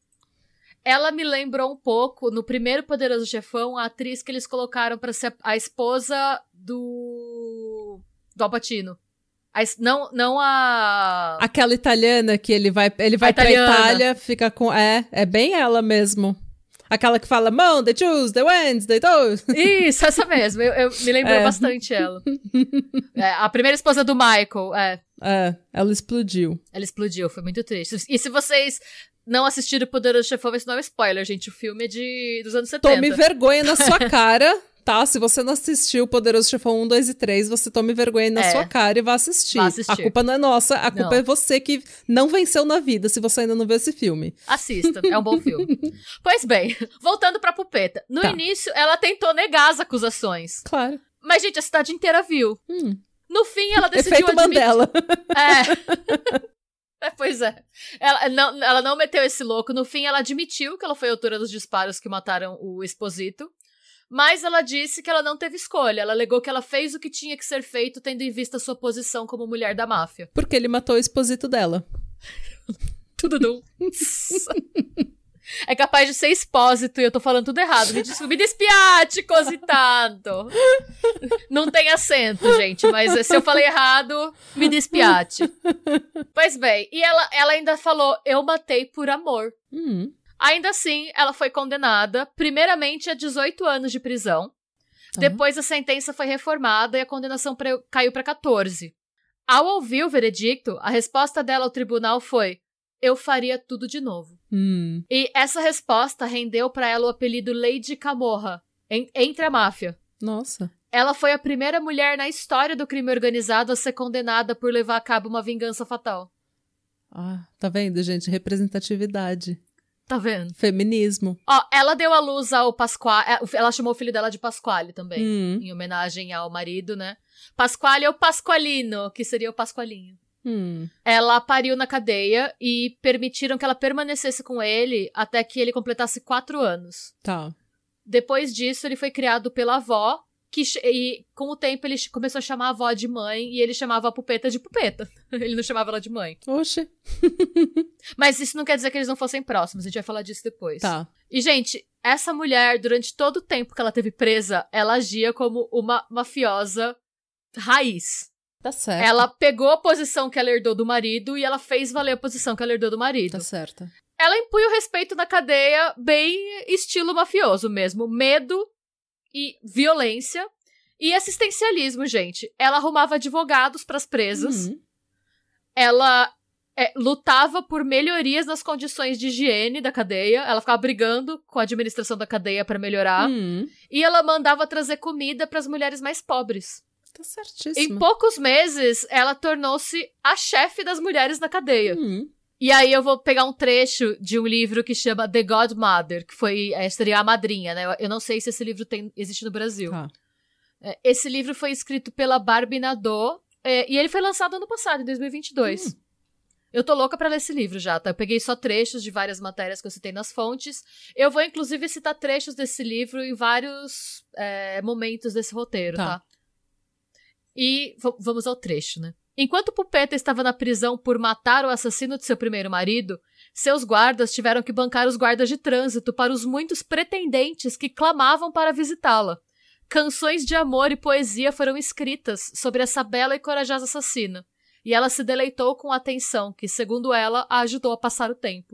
Ela me lembrou um pouco, no primeiro Poderoso Chefão, a atriz que eles colocaram pra ser a esposa do... Do Al Pacino. A es... Não, não a... Aquela italiana que ele vai, ele vai pra italiana. Itália, fica com... É, é bem ela mesmo. Aquela que fala Monday, Tuesday, Wednesday, Thursday. Isso, essa mesmo. Eu, eu me lembrou É. bastante ela. É, a primeira esposa do Michael, é. É, ela explodiu. Ela explodiu, foi muito triste. E se vocês não assistiram o Poderoso Chefão, isso não é um spoiler, gente. O filme é de, dos anos setenta. Tome vergonha na sua cara, tá? Se você não assistiu o Poderoso Chefão um, dois e três, você tome vergonha na É. sua cara e vá assistir. Vá assistir. A culpa não é nossa, a culpa Não. é você que não venceu na vida, se você ainda não viu esse filme. Assista, é um bom filme. Pois bem, voltando pra Pupeta. No Tá. início, ela tentou negar as acusações. Claro. Mas, gente, a cidade inteira viu. Hum. No fim, ela decidiu Efeito admitir... Mandela. É. É, pois é. Ela não, ela não meteu esse louco. No fim, ela admitiu que ela foi autora dos disparos que mataram o Esposito. Mas ela disse que ela não teve escolha. Ela alegou que ela fez o que tinha que ser feito, tendo em vista sua posição como mulher da máfia. Porque ele matou o esposito dela. Tudo dum. É capaz de ser expósito e eu tô falando tudo errado. Me, des- me despiate, cositado. Não tem acento, gente, mas se eu falei errado, me despiate. Pois bem, e ela, ela ainda falou, eu matei por amor. Hum. Ainda assim, ela foi condenada, primeiramente a dezoito anos de prisão. Tá. Depois a sentença foi reformada e a condenação pre- caiu pra catorze. Ao ouvir o veredicto, a resposta dela ao tribunal foi, eu faria tudo de novo. Hum. E essa resposta rendeu pra ela o apelido Lady Camorra, en- entre a máfia. Nossa. Ela foi a primeira mulher na história do crime organizado a ser condenada por levar a cabo uma vingança fatal. Ah, tá vendo, gente? Representatividade. Tá vendo? Feminismo. Ó, ela deu à luz ao Pasquale, ela chamou o filho dela de Pasquale também, Hum. em homenagem ao marido, né? Pasquale ou Pasqualino, que seria o Pasqualinho. Hum. Ela pariu na cadeia e permitiram que ela permanecesse com ele até que ele completasse quatro anos. Tá. Depois disso, ele foi criado pela avó que e, com o tempo ele começou a chamar a avó de mãe e ele chamava a Pupeta de Pupeta. Ele não chamava ela de mãe. Oxe. Mas isso não quer dizer que eles não fossem próximos, a gente vai falar disso depois. Tá. E, gente, essa mulher, durante todo o tempo que ela teve presa, ela agia como uma mafiosa raiz. Tá certo. Ela pegou a posição que ela herdou do marido e ela fez valer a posição que ela herdou do marido. Tá certo. Ela impunha o respeito na cadeia bem estilo mafioso mesmo. Medo e violência e assistencialismo, gente. Ela arrumava advogados pras presas. Uhum. Ela é, lutava por melhorias nas condições de higiene da cadeia. Ela ficava brigando com a administração da cadeia pra melhorar. Uhum. E ela mandava trazer comida pras mulheres mais pobres. Tá certíssimo. Em poucos meses, ela tornou-se a chefe das mulheres na cadeia. Uhum. E aí eu vou pegar um trecho de um livro que chama The Godmother, que foi, é, seria a madrinha, né? Eu não sei se esse livro tem, existe no Brasil. Ah. É, esse livro foi escrito pela Barbie Nadeau, é, e ele foi lançado ano passado, em dois mil e vinte e dois. Hum. Eu tô louca pra ler esse livro já, tá? Eu peguei só trechos de várias matérias que eu citei nas fontes. Eu vou, inclusive, citar trechos desse livro em vários é, momentos desse roteiro, tá? tá? E v- vamos ao trecho, né? Enquanto Pupeta estava na prisão por matar o assassino de seu primeiro marido, seus guardas tiveram que bancar os guardas de trânsito para os muitos pretendentes que clamavam para visitá-la. Canções de amor e poesia foram escritas sobre essa bela e corajosa assassina, e ela se deleitou com a atenção que, segundo ela, a ajudou a passar o tempo.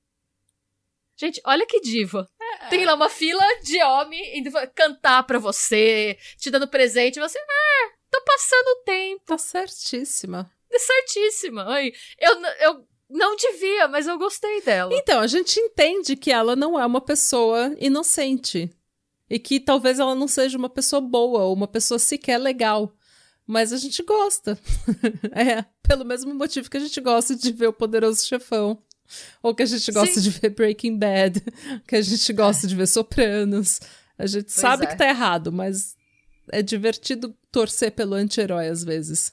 Gente, olha que diva. Tem lá uma fila de homem indo cantar pra você, te dando presente, e você... Ah, tô passando o tempo. Tá certíssima. Certíssima. Ai, eu, eu não devia, mas eu gostei dela. Então, a gente entende que ela não é uma pessoa inocente. E que talvez ela não seja uma pessoa boa, ou uma pessoa sequer legal. Mas a gente gosta. É, pelo mesmo motivo que a gente gosta de ver O Poderoso Chefão. Ou que a gente gosta Sim. de ver Breaking Bad. Que a gente gosta é. de ver Sopranos. A gente pois sabe é. que tá errado, mas é divertido torcer pelo anti-herói às vezes.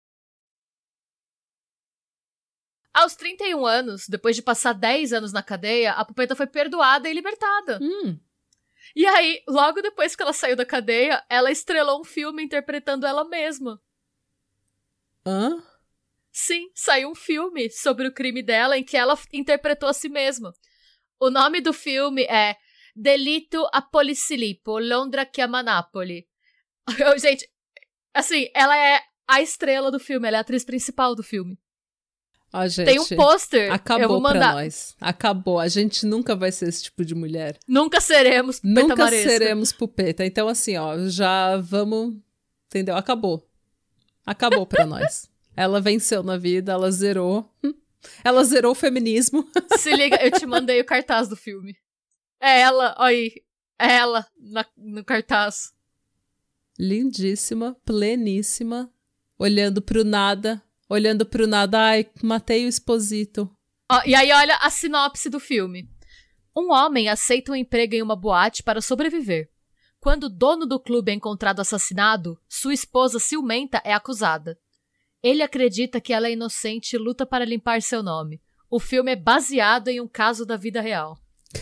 Aos trinta e um anos, depois de passar dez anos na cadeia, a Pupeta foi perdoada e libertada. Hum. E aí, logo depois que ela saiu da cadeia, ela estrelou um filme interpretando ela mesma. Hã? Sim, saiu um filme sobre o crime dela em que ela interpretou a si mesma. O nome do filme é Delitto a Policilipo, Londra chiama Napoli. Gente, assim, ela é a estrela do filme, ela é a atriz principal do filme. Ah, gente, tem um pôster. Acabou eu vou mandar. pra nós. Acabou. A gente nunca vai ser esse tipo de mulher. Nunca seremos Pupeta Nunca Maresca. seremos Pupeta. Então, assim, ó, já vamos... Entendeu? Acabou. Acabou pra nós. Ela venceu na vida, ela zerou. Ela zerou o feminismo. Se liga, eu te mandei o cartaz do filme. É ela, olha aí. É ela na, no cartaz. Lindíssima, pleníssima, olhando pro nada... Olhando pro nada, ai, matei o Esposito. Ó, e aí olha a sinopse do filme. Um homem aceita um emprego em uma boate para sobreviver. Quando o dono do clube é encontrado assassinado, sua esposa ciumenta é acusada. Ele acredita que ela é inocente e luta para limpar seu nome. O filme é baseado em um caso da vida real.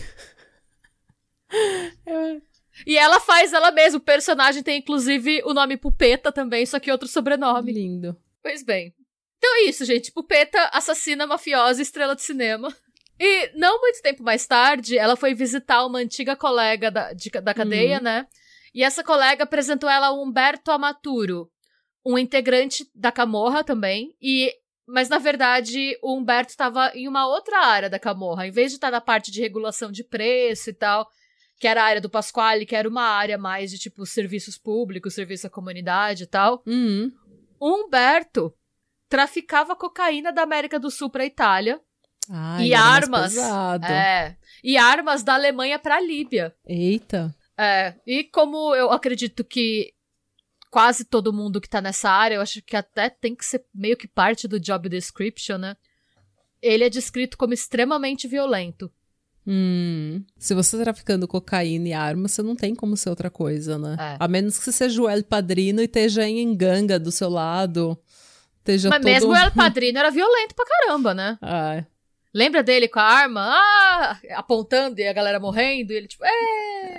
é. E ela faz ela mesma. O personagem tem inclusive o nome Pupeta também, só que outro sobrenome. Lindo. Pois bem. Então é isso, gente. Pupeta, assassina mafiosa, estrela de cinema. E não muito tempo mais tarde, ela foi visitar uma antiga colega da, de, da cadeia, uhum. né? E essa colega apresentou ela a Umberto Amaturo, um integrante da Camorra também. E, mas, na verdade, o Humberto estava em uma outra área da Camorra. Em vez de estar na parte de regulação de preço e tal, que era a área do Pasquale, que era uma área mais de, tipo, serviços públicos, serviço à comunidade e tal. Uhum. O Humberto traficava cocaína da América do Sul pra Itália. Ai, e armas. É, e armas da Alemanha pra Líbia. Eita. É, e como eu acredito que quase todo mundo que tá nessa área, eu acho que até tem que ser meio que parte do job description, né? Ele é descrito como extremamente violento. Hum, se você tá traficando cocaína e armas, você não tem como ser outra coisa, né? É. A menos que você seja o El Padrino e esteja em ganga do seu lado. Esteja Mas todo... mesmo o El Padrino era violento pra caramba, né? Ah. Lembra dele com a arma? Ah, apontando e a galera morrendo. E ele tipo, é...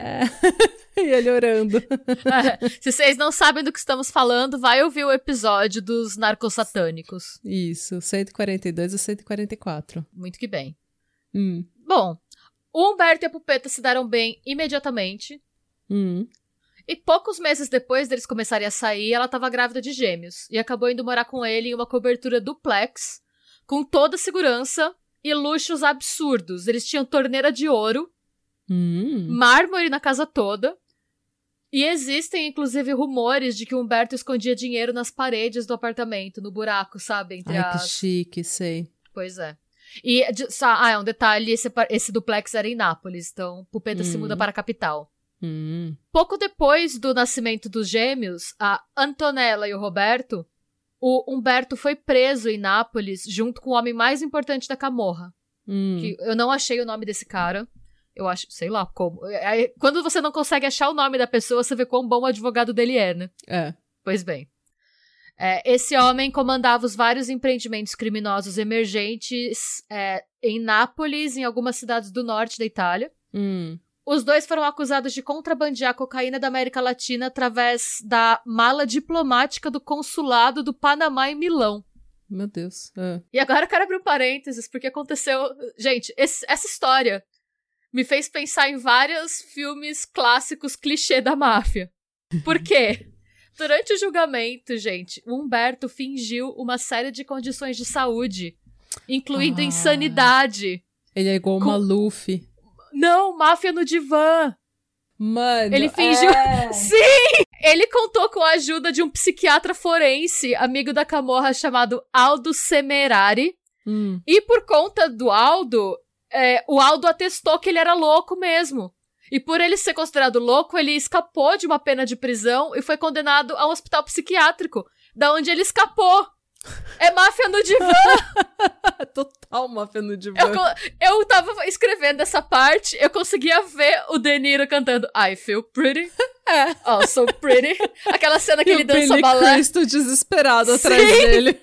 É. E ele orando. É, se vocês não sabem do que estamos falando, vai ouvir o episódio dos narcossatânicos. Isso, cento e quarenta e dois e cento e quarenta e quatro. Muito que bem. Hum. Bom, o Humberto e a Pupeta se deram bem imediatamente. Hum. E poucos meses depois deles começarem a sair, ela estava grávida de gêmeos. E acabou indo morar com ele em uma cobertura duplex, com toda a segurança e luxos absurdos. Eles tinham torneira de ouro, Hum. mármore na casa toda. E existem, inclusive, rumores de que o Humberto escondia dinheiro nas paredes do apartamento, no buraco, sabe? Entre Ai, as... que chique, sei. Pois é. E, de- sa- ah, é um detalhe, esse, apa- esse duplex era em Nápoles, então Pupeta se Hum. muda para a capital. Hum. Pouco depois do nascimento dos gêmeos, a Antonella e o Roberto, o Humberto foi preso em Nápoles junto com o homem mais importante da Camorra. Hum. Que eu não achei o nome desse cara. Eu acho, sei lá como. Aí, quando você não consegue achar o nome da pessoa, você vê quão bom o advogado dele é, né? É. Pois bem. É, esse homem comandava os vários empreendimentos criminosos emergentes é, em Nápoles, em algumas cidades do norte da Itália. Hum. Os dois foram acusados de contrabandear cocaína da América Latina através da mala diplomática do consulado do Panamá em Milão. Meu Deus. É. E agora eu quero abrir um parênteses, porque aconteceu... Gente, esse- essa história me fez pensar em vários filmes clássicos clichê da máfia. Por quê? Durante o julgamento, gente, o Humberto fingiu uma série de condições de saúde, incluindo Ah. insanidade. Ele é igual o Com- Maluf. Não, máfia no divã. Mano. Ele fingiu... é. Sim! Ele contou com a ajuda de um psiquiatra forense, amigo da Camorra, chamado Aldo Semerari. Hum. E por conta do Aldo, é, o Aldo atestou que ele era louco mesmo. E por ele ser considerado louco, ele escapou de uma pena de prisão e foi condenado a um hospital psiquiátrico, da onde ele escapou. É máfia no divã! Total máfia no divã. Eu, co- eu tava escrevendo essa parte, eu conseguia ver o De Niro cantando I feel pretty, É. oh so pretty. Aquela cena que E ele o dança Billy balé. Crystal desesperado atrás Sim. dele.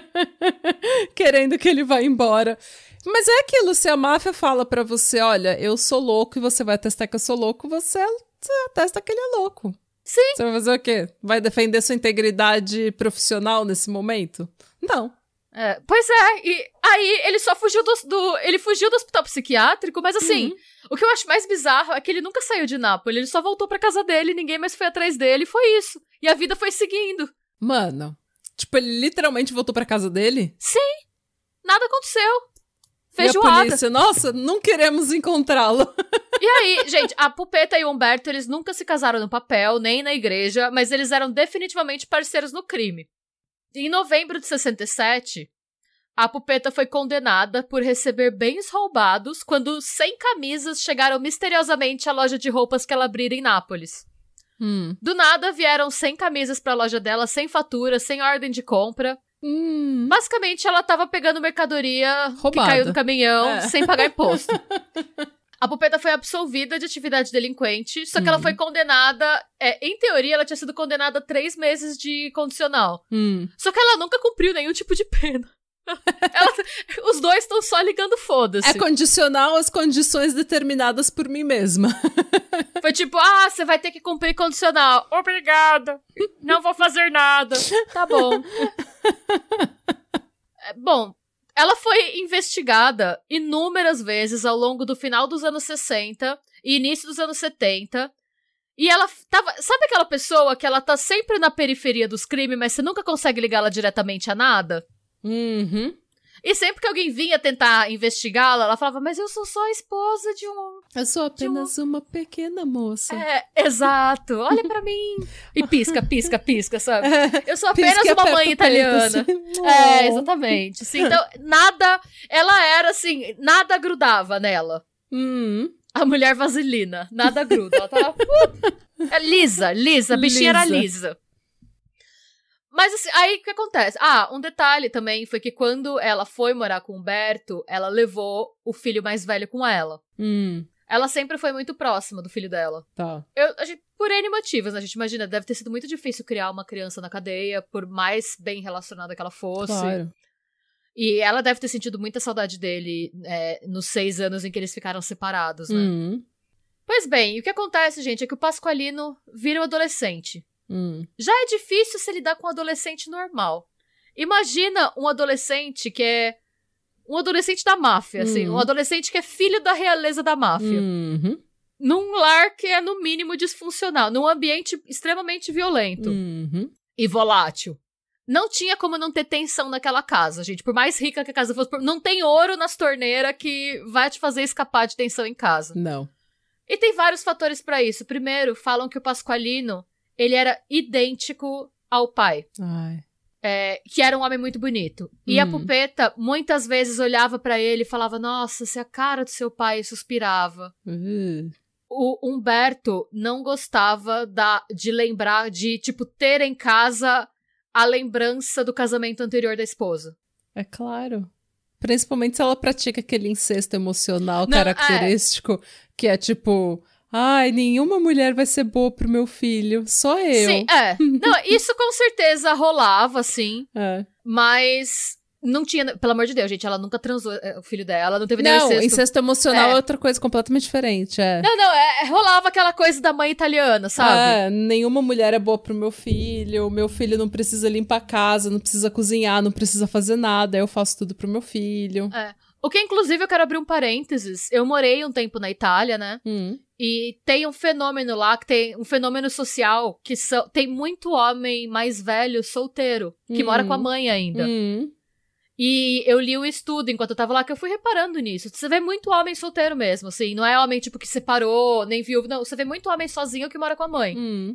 Querendo que ele vá embora. Mas é aquilo, se a máfia fala pra você, olha, eu sou louco e você vai atestar que eu sou louco, você, você atesta que ele é louco. Sim. Você vai fazer o quê? Vai defender sua integridade profissional nesse momento? Não. É, pois é, e aí ele só fugiu do, do- ele fugiu do hospital psiquiátrico, mas assim, Uhum. o que eu acho mais bizarro é que ele nunca saiu de Nápoles, ele só voltou pra casa dele, ninguém mais foi atrás dele, e foi isso. E a vida foi seguindo. Mano, tipo, ele literalmente voltou pra casa dele? Sim, nada aconteceu. E a Feijoada. polícia, nossa, não queremos encontrá-lo. E aí, gente, a Pupeta e o Humberto, eles nunca se casaram no papel, nem na igreja, mas eles eram definitivamente parceiros no crime. Em novembro de sessenta e sete, a Pupeta foi condenada por receber bens roubados quando cem camisas chegaram misteriosamente à loja de roupas que ela abrira em Nápoles. Hum. Do nada, vieram cem camisas pra loja dela, sem fatura, sem ordem de compra. Hum. Basicamente, ela tava pegando mercadoria Roubada. que caiu do caminhão É. sem pagar imposto. A Pupeta foi absolvida de atividade delinquente, só que ela Hum. foi condenada... É, em teoria, ela tinha sido condenada a três meses de condicional. Hum. Só que ela nunca cumpriu nenhum tipo de pena. Ela- os dois estão só ligando foda-se. É condicional às condições determinadas por mim mesma. Foi tipo, ah, você vai ter que cumprir condicional. Obrigada. Não vou fazer nada. Tá bom. É, bom, ela foi investigada inúmeras vezes ao longo do final dos anos sessenta e início dos anos setenta. E ela tava... Sabe aquela pessoa que ela tá sempre na periferia dos crimes, mas você nunca consegue ligá-la diretamente a nada? Uhum. E sempre que alguém vinha tentar investigá-la, ela falava, mas eu sou só a esposa de um... Eu sou apenas uma pequena moça. É, exato. Olha pra mim. E pisca, pisca, pisca, sabe? Eu sou apenas Pisca e uma aperta mãe o italiana. peito, assim. É, Oh. exatamente. Sim, então, nada... Ela era, assim, nada grudava nela. Hum. A mulher vaselina. Nada gruda. Ela tava... Uh, é lisa, lisa. A bichinha era Lisa. lisa. Mas, assim, aí o que acontece? Ah, um detalhe também foi que quando ela foi morar com o Humberto, ela levou o filho mais velho com ela. Hum. Ela sempre foi muito próxima do filho dela. Tá. Eu, a gente, por N motivos, né? A gente imagina, deve ter sido muito difícil criar uma criança na cadeia, por mais bem relacionada que ela fosse. Claro. E ela deve ter sentido muita saudade dele é, nos seis anos em que eles ficaram separados, né? Hum. Pois bem, e o que acontece, gente, é que o Pasqualino vira um adolescente. Hum. Já é difícil se lidar com um adolescente normal. Imagina um adolescente que é... Um adolescente da máfia, assim. Hum. Um adolescente que é filho da realeza da máfia. Uhum. Num lar que é, no mínimo, disfuncional. Num ambiente extremamente violento. Uhum. E volátil. Não tinha como não ter tensão naquela casa, gente. Por mais rica que a casa fosse... Não tem ouro nas torneiras que vai te fazer escapar de tensão em casa. Não. E tem vários fatores pra isso. Primeiro, falam que o Pasqualino, ele era idêntico ao pai. Ai. É, que era um homem muito bonito. E Hum. a Pupeta, muitas vezes, olhava pra ele e falava, nossa, se a cara do seu pai, e suspirava. Uh. O Humberto não gostava da, de lembrar, de, tipo, ter em casa a lembrança do casamento anterior da esposa. É claro. Principalmente se ela pratica aquele incesto emocional Não, característico, é. que é tipo... Ai, nenhuma mulher vai ser boa pro meu filho, só eu. Sim, é. Não, isso com certeza rolava, assim. É. Mas não tinha... Pelo amor de Deus, gente, ela nunca transou o filho dela, ela não teve nenhum Não, incesto. incesto emocional é. É. é outra coisa completamente diferente, é. Não, não, é, rolava aquela coisa da mãe italiana, sabe? É, nenhuma mulher é boa pro meu filho, meu filho não precisa limpar a casa, não precisa cozinhar, não precisa fazer nada, eu faço tudo pro meu filho. É. O que, inclusive, eu quero abrir um parênteses. Eu morei um tempo na Itália, né? Hum. E tem um fenômeno lá, que tem um fenômeno social, que so, tem muito homem mais velho, solteiro, que hum. mora com a mãe ainda. Hum. E eu li o estudo enquanto eu tava lá, que eu fui reparando nisso. Você vê muito homem solteiro mesmo, assim. Não é homem, tipo, que separou, nem viúvo. Não, você vê muito homem sozinho que mora com a mãe. Hum.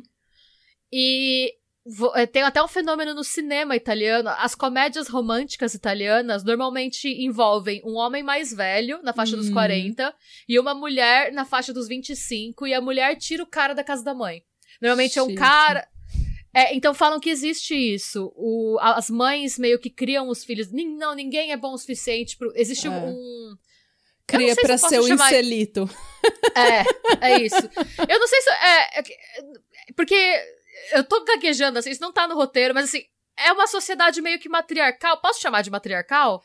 E tem até um fenômeno no cinema italiano. As comédias românticas italianas normalmente envolvem um homem mais velho, na faixa hum. dos quarenta, e uma mulher na faixa dos vinte e cinco, e a mulher tira o cara da casa da mãe. Normalmente Chique. é um cara... É, então falam que existe isso. O, as mães meio que criam os filhos. Não, ninguém é bom o suficiente pro... Existe é. um... Cria pra se ser o chamar... incelito. É, é isso. Eu não sei se... É, é, porque... Eu tô gaguejando, assim, isso não tá no roteiro, mas assim, é uma sociedade meio que matriarcal. Posso chamar de matriarcal?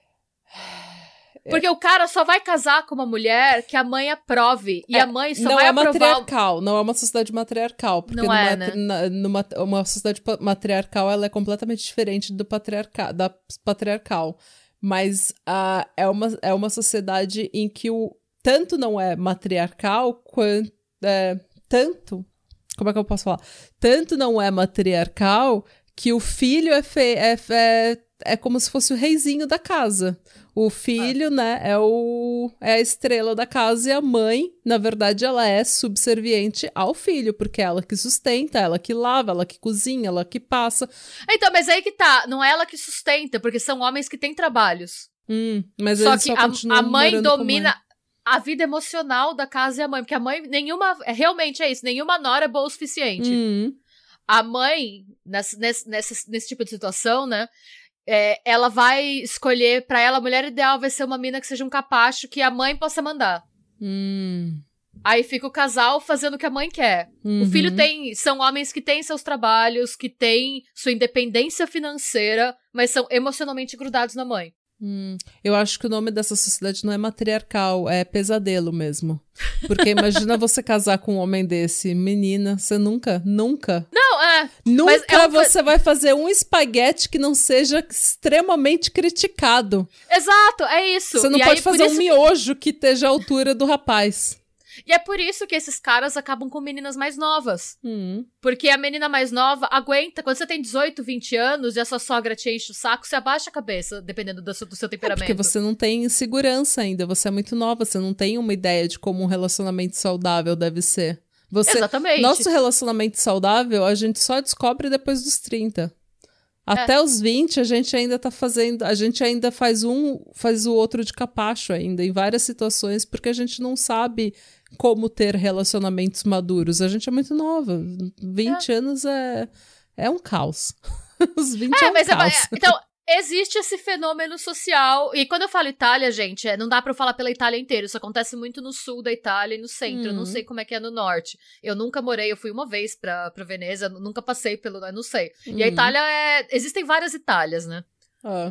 Porque é. o cara só vai casar com uma mulher que a mãe aprove. E é, a mãe só não vai é aprovar... matriarcal, não é uma sociedade matriarcal. Porque não numa, é, né? na, numa uma sociedade matriarcal, ela é completamente diferente do patriarca, da patriarcal. Mas uh, é, uma, é uma sociedade em que o tanto não é matriarcal, quanto... É, tanto... Como é que eu posso falar? Tanto não é matriarcal que o filho é, fe- é, é, é como se fosse o reizinho da casa. O filho, ah. né, é, o, é a estrela da casa e a mãe, na verdade, ela é subserviente ao filho, porque é ela que sustenta, ela que lava, ela que cozinha, ela que passa. Então, mas aí que tá, não é ela que sustenta, porque são homens que têm trabalhos. Hum, mas só eles que só a, a mãe domina... A mãe. A vida emocional da casa e a mãe. Porque a mãe, nenhuma... Realmente é isso. Nenhuma nora é boa o suficiente. Uhum. A mãe, nesse, nesse, nesse, nesse tipo de situação, né? É, ela vai escolher... Pra ela, a mulher ideal vai ser uma mina que seja um capacho que a mãe possa mandar. Uhum. Aí fica o casal fazendo o que a mãe quer. Uhum. O filho tem... São homens que têm seus trabalhos, que têm sua independência financeira, mas são emocionalmente grudados na mãe. Hum, eu acho que o nome dessa sociedade não é matriarcal, é pesadelo mesmo. Porque imagina você casar com um homem desse. Menina, você nunca, nunca... Não, é... Nunca é um... você vai fazer um espaguete que não seja extremamente criticado. Exato, é isso. Você não e pode aí, fazer um que... miojo que esteja à altura do rapaz. E é por isso que esses caras acabam com meninas mais novas. Hum. Porque a menina mais nova aguenta. Quando você tem dezoito, vinte anos e a sua sogra te enche o saco, você abaixa a cabeça, dependendo do seu, do seu temperamento. É porque você não tem segurança ainda. Você é muito nova. Você não tem uma ideia de como um relacionamento saudável deve ser. Você... Exatamente. Nosso relacionamento saudável, a gente só descobre depois dos trinta. Até é. os vinte, a gente ainda tá fazendo... A gente ainda faz um... Faz o outro de capacho ainda, em várias situações, porque a gente não sabe... como ter relacionamentos maduros. A gente é muito nova. vinte é. anos é, é um caos. Os vinte é, é um mas caos. É, então, existe esse fenômeno social. E quando eu falo Itália, gente, é, não dá pra eu falar pela Itália inteira. Isso acontece muito no sul da Itália e no centro. Hum. Eu não sei como é que é no norte. Eu nunca morei, eu fui uma vez pra, pra Veneza, nunca passei pelo... Eu não sei. Hum. E a Itália é... Existem várias Itálias, né? Ah.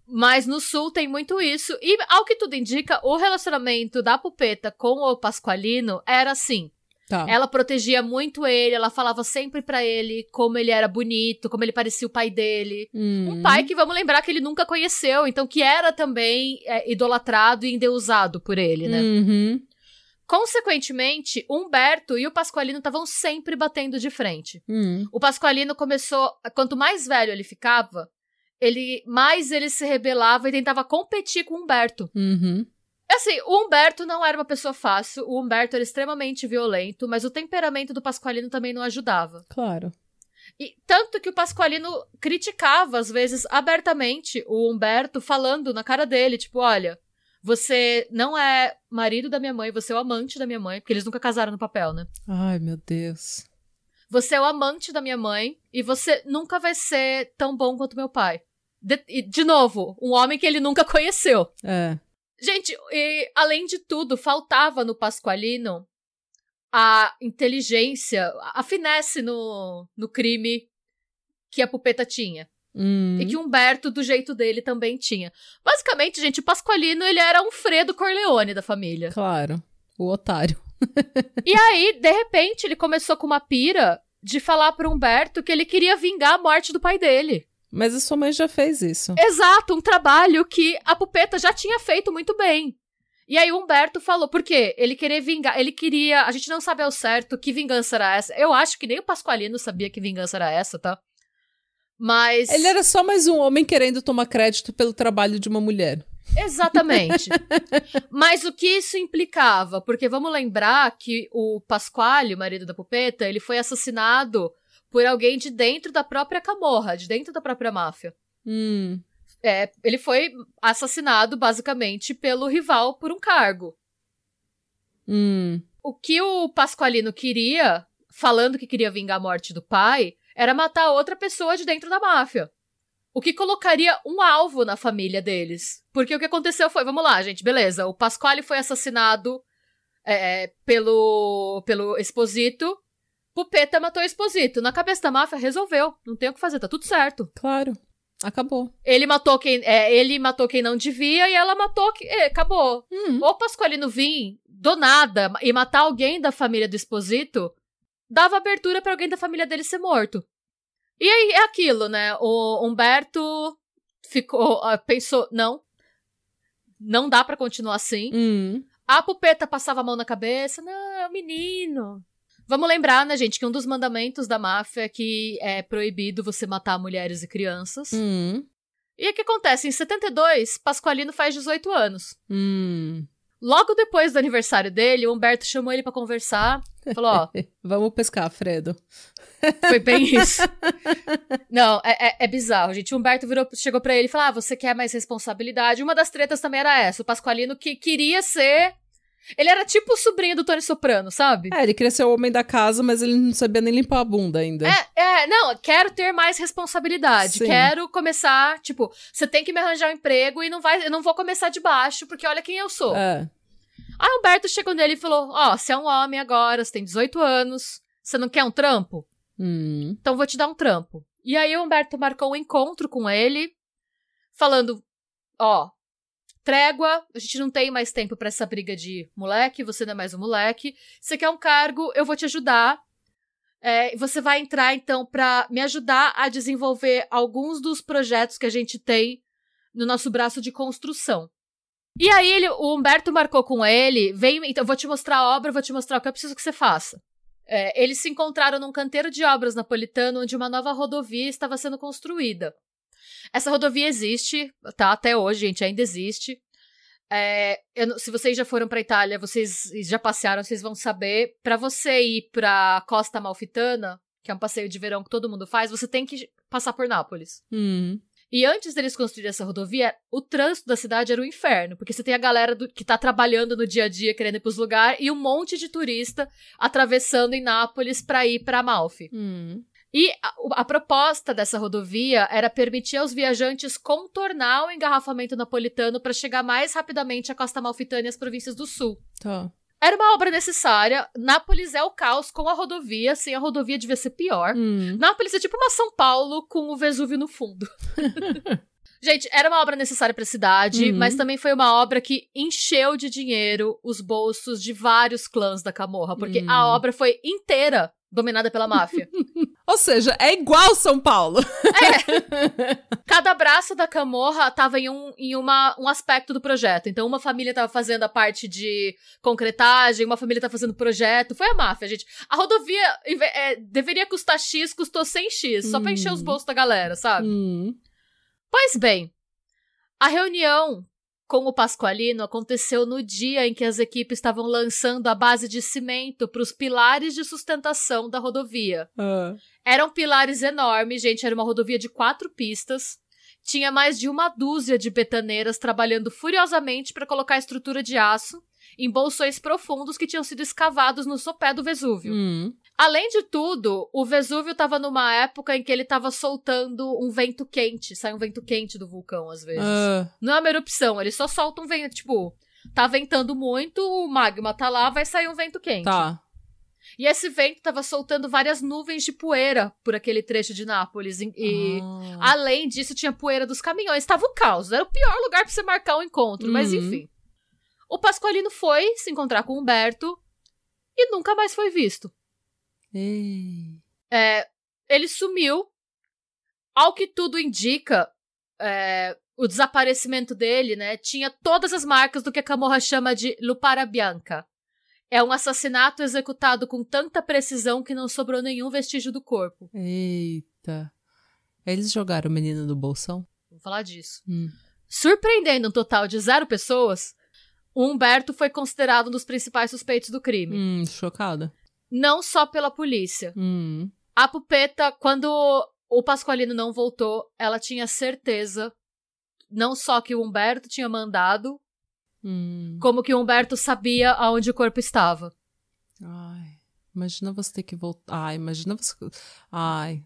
Mas no sul tem muito isso. E, ao que tudo indica, o relacionamento da Pupetta com o Pasqualino era assim. Tá. Ela protegia muito ele, ela falava sempre pra ele como ele era bonito, como ele parecia o pai dele. Hum. Um pai que, vamos lembrar, que ele nunca conheceu, então que era também é, idolatrado e endeusado por ele, né? Uhum. Consequentemente, Humberto e o Pasqualino estavam sempre batendo de frente. Hum. O Pasqualino começou, quanto mais velho ele ficava, ele mais ele se rebelava e tentava competir com o Humberto. Uhum. Assim, o Humberto não era uma pessoa fácil, o Humberto era extremamente violento, mas o temperamento do Pasqualino também não ajudava. Claro. E tanto que o Pasqualino criticava, às vezes, abertamente o Humberto, falando na cara dele, tipo, olha, você não é marido da minha mãe, você é o amante da minha mãe, porque eles nunca casaram no papel, né? Ai, meu Deus. Você é o amante da minha mãe e você nunca vai ser tão bom quanto meu pai. De, e, de novo, um homem que ele nunca conheceu. É. Gente, e, além de tudo, faltava no Pasqualino a inteligência, a finesse no, no crime que a Pupetta tinha. Hum. E que o Humberto, do jeito dele, também tinha. Basicamente, gente, o Pasqualino, ele era um Fredo Corleone da família. Claro, o otário. E aí, de repente, ele começou com uma pira de falar pro Humberto que ele queria vingar a morte do pai dele. Mas a sua mãe já fez isso. Exato, um trabalho que a Pupetta já tinha feito muito bem. E aí o Humberto falou, por quê? Ele queria vingar, ele queria, a gente não sabe ao certo que vingança era essa. Eu acho que nem o Pasqualino sabia que vingança era essa, tá? Mas... Ele era só mais um homem querendo tomar crédito pelo trabalho de uma mulher. Exatamente. Mas o que isso implicava? Porque vamos lembrar que o Pasquale, o marido da Pupetta, ele foi assassinado por alguém de dentro da própria Camorra, de dentro da própria máfia. Hum. É, ele foi assassinado, basicamente, pelo rival por um cargo. Hum. O que o Pasqualino queria, falando que queria vingar a morte do pai, era matar outra pessoa de dentro da máfia. O que colocaria um alvo na família deles. Porque o que aconteceu foi, vamos lá, gente, beleza, o Pasquale foi assassinado é, pelo, pelo Esposito, Pupetta matou o Esposito. Na cabeça da máfia, resolveu. Não tem o que fazer, tá tudo certo. Claro. Acabou. Ele matou quem, é, ele matou quem não devia e ela matou quem... É, acabou. Hum. O Pasqualino vir do nada e matar alguém da família do Esposito dava abertura pra alguém da família dele ser morto. E aí é aquilo, né? O Humberto ficou, pensou, não, não dá pra continuar assim. Hum. A Pupetta passava a mão na cabeça, não, é o menino. Vamos lembrar, né, gente, que um dos mandamentos da máfia é que é proibido você matar mulheres e crianças. Hum. E o que acontece? Em setenta e dois, Pasqualino faz dezoito anos. Hum. Logo depois do aniversário dele, o Humberto chamou ele pra conversar. Falou, ó... Vamos pescar, Fredo. Foi bem isso. Não, é, é, é bizarro, gente. O Humberto virou, chegou pra ele e falou, ah, você quer mais responsabilidade? Uma das tretas também era essa. O Pasqualino que queria ser... Ele era tipo o sobrinho do Tony Soprano, sabe? É, ele queria ser o homem da casa, mas ele não sabia nem limpar a bunda ainda. É, é, não, quero ter mais responsabilidade. Sim. Quero começar, tipo, você tem que me arranjar um emprego e não vai, eu não vou começar de baixo, porque olha quem eu sou. É. Aí o Humberto chegou nele e falou, ó, oh, você é um homem agora, você tem dezoito anos, você não quer um trampo? Hum. Então vou te dar um trampo. E aí o Humberto marcou um encontro com ele, falando, ó... Oh, trégua, a gente não tem mais tempo pra essa briga de moleque, você não é mais um moleque. Você quer um cargo, eu vou te ajudar. É, você vai entrar, então, pra me ajudar a desenvolver alguns dos projetos que a gente tem no nosso braço de construção. E aí, ele, o Humberto marcou com ele, veio, então, eu vou te mostrar a obra, eu vou te mostrar o que eu preciso que você faça. É, eles se encontraram num canteiro de obras napolitano, onde uma nova rodovia estava sendo construída. Essa rodovia existe, tá? Até hoje, gente, ainda existe. É, eu, se vocês já foram pra Itália, vocês já passearam, vocês vão saber. Pra você ir pra Costa Amalfitana, que é um passeio de verão que todo mundo faz, você tem que passar por Nápoles. Hum. E antes deles construírem essa rodovia, o trânsito da cidade era um inferno, porque você tem a galera do, que tá trabalhando no dia a dia, querendo ir pros lugares, e um monte de turista atravessando em Nápoles pra ir pra Amalfi. Hum. E a, a proposta dessa rodovia era permitir aos viajantes contornar o engarrafamento napolitano para chegar mais rapidamente à Costa Amalfitana e às províncias do sul. Tá. Era uma obra necessária. Nápoles é o caos com a rodovia. Sem a rodovia devia ser pior. Hum. Nápoles é tipo uma São Paulo com o Vesúvio no fundo. Gente, era uma obra necessária pra cidade, Uhum. mas também foi uma obra que encheu de dinheiro os bolsos de vários clãs da Camorra, porque Hum. a obra foi inteira dominada pela máfia. Ou seja, é igual São Paulo. Cada braço da Camorra tava em, um, em uma, um aspecto do projeto. Então, uma família tava fazendo a parte de concretagem, uma família tava fazendo projeto. Foi a máfia, gente. A rodovia é, deveria custar X, custou cem X, só pra encher os bolsos da galera, sabe? Hum. Pois bem, a reunião com o Pasqualino aconteceu no dia em que as equipes estavam lançando a base de cimento para os pilares de sustentação da rodovia. Ah. Eram pilares enormes, gente, era uma rodovia de quatro pistas. Tinha mais de uma dúzia de betaneiras trabalhando furiosamente para colocar a estrutura de aço em bolsões profundos que tinham sido escavados no sopé do Vesúvio. Hum. Além de tudo, o Vesúvio estava numa época em que ele estava soltando um vento quente. Sai um vento quente do vulcão, às vezes. Ah. Não é uma erupção, ele só solta um vento, tipo... Tá ventando muito, o magma tá lá, vai sair um vento quente. Tá. E esse vento tava soltando várias nuvens de poeira por aquele trecho de Nápoles. E, e Ah. além disso, tinha poeira dos caminhões. Tava um caos, era o pior lugar pra você marcar um encontro. Mas Uhum. enfim. O Pasqualino foi se encontrar com o Humberto e nunca mais foi visto. Ei. É, ele sumiu. Ao que tudo indica, é, o desaparecimento dele, né, tinha todas as marcas do que a Camorra chama de lupara bianca. É um assassinato executado com tanta precisão que não sobrou nenhum vestígio do corpo. Eita. Eles jogaram o menino do bolsão? Vamos falar disso. Hum. Surpreendendo um total de zero pessoas, o Humberto foi considerado um dos principais suspeitos do crime. Hum, chocada. Não só pela polícia. Hum. A Pupeta, quando o Pasqualino não voltou, ela tinha certeza não só que o Humberto tinha mandado, Hum. como que o Humberto sabia aonde o corpo estava. Ai. Imagina você ter que voltar. Ai, imagina você. Ai.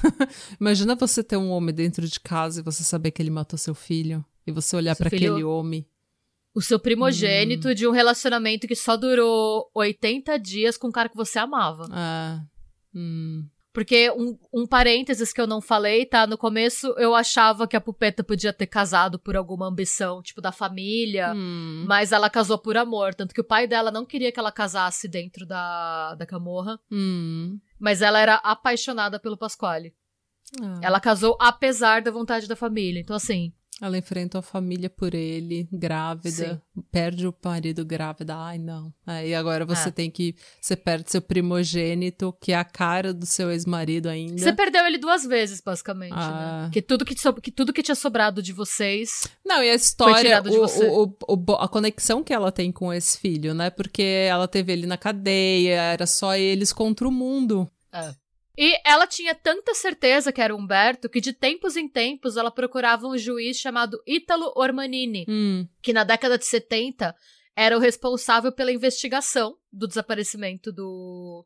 Imagina você ter um homem dentro de casa e você saber que ele matou seu filho. E você olhar Seu pra filho- aquele homem. O seu primogênito Hum. de um relacionamento que só durou oitenta dias com um cara que você amava. Ah. Hum. Porque um, um parênteses que eu não falei, tá? No começo eu achava que a Pupeta podia ter casado por alguma ambição, tipo, da família. Hum. Mas ela casou por amor. Tanto que o pai dela não queria que ela casasse dentro da, da Camorra. Hum. Mas ela era apaixonada pelo Pasquale. Ah. Ela casou apesar da vontade da família. Então, assim, Ela enfrenta a família por ele, grávida, perde o marido grávida. Ai, não. Aí agora você É. tem que... Você perde seu primogênito, que é a cara do seu ex-marido ainda. você perdeu ele duas vezes, basicamente, Ah. né? Que tudo que, so- que tudo que tinha sobrado de vocês... Não, e a história, tirado de o, você. o- o- o- a conexão que ela tem com esse filho, né? Porque ela teve ele na cadeia, era só eles contra o mundo. E ela tinha tanta certeza que era o Humberto que de tempos em tempos ela procurava um juiz chamado Ítalo Ormanini, Hum. que na década de setenta era o responsável pela investigação do desaparecimento do,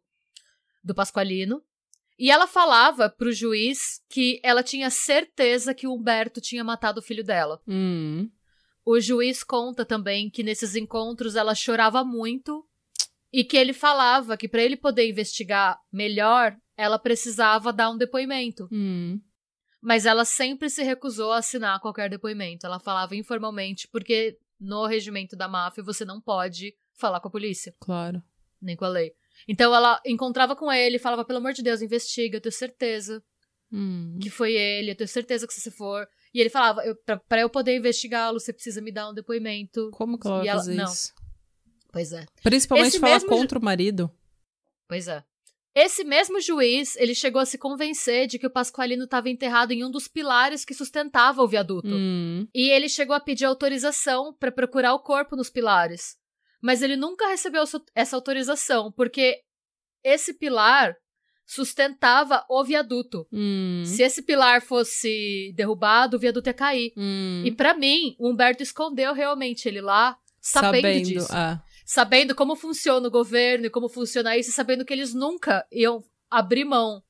do Pasqualino. E ela falava pro juiz que ela tinha certeza que o Humberto tinha matado o filho dela. Hum. O juiz conta também que nesses encontros ela chorava muito e que ele falava que para ele poder investigar melhor, ela precisava dar um depoimento. Hum. Mas ela sempre se recusou a assinar qualquer depoimento. Ela falava informalmente, porque no regimento da máfia você não pode falar com a polícia, Claro. nem com a lei. Então ela encontrava com ele, falava, pelo amor de Deus, investiga, eu tenho certeza Hum. que foi ele, eu tenho certeza que se for. E ele falava, eu, pra, pra eu poder investigá-lo, você precisa me dar um depoimento. Como que ela vai E ela- fazer não. isso? Pois é. Principalmente Esse falar mesmo ju- contra o marido. Pois é. Esse mesmo juiz, ele chegou a se convencer de que o Pasqualino estava enterrado em um dos pilares que sustentava o viaduto. Hum. E ele chegou a pedir autorização para procurar o corpo nos pilares. Mas ele nunca recebeu essa- essa autorização, porque esse pilar sustentava o viaduto. Hum. Se esse pilar fosse derrubado, o viaduto ia cair. Hum. E pra mim, o Humberto escondeu realmente ele lá, sabendo, disso. ah. Sabendo como funciona o governo e como funciona isso, e sabendo que eles nunca iam abrir mão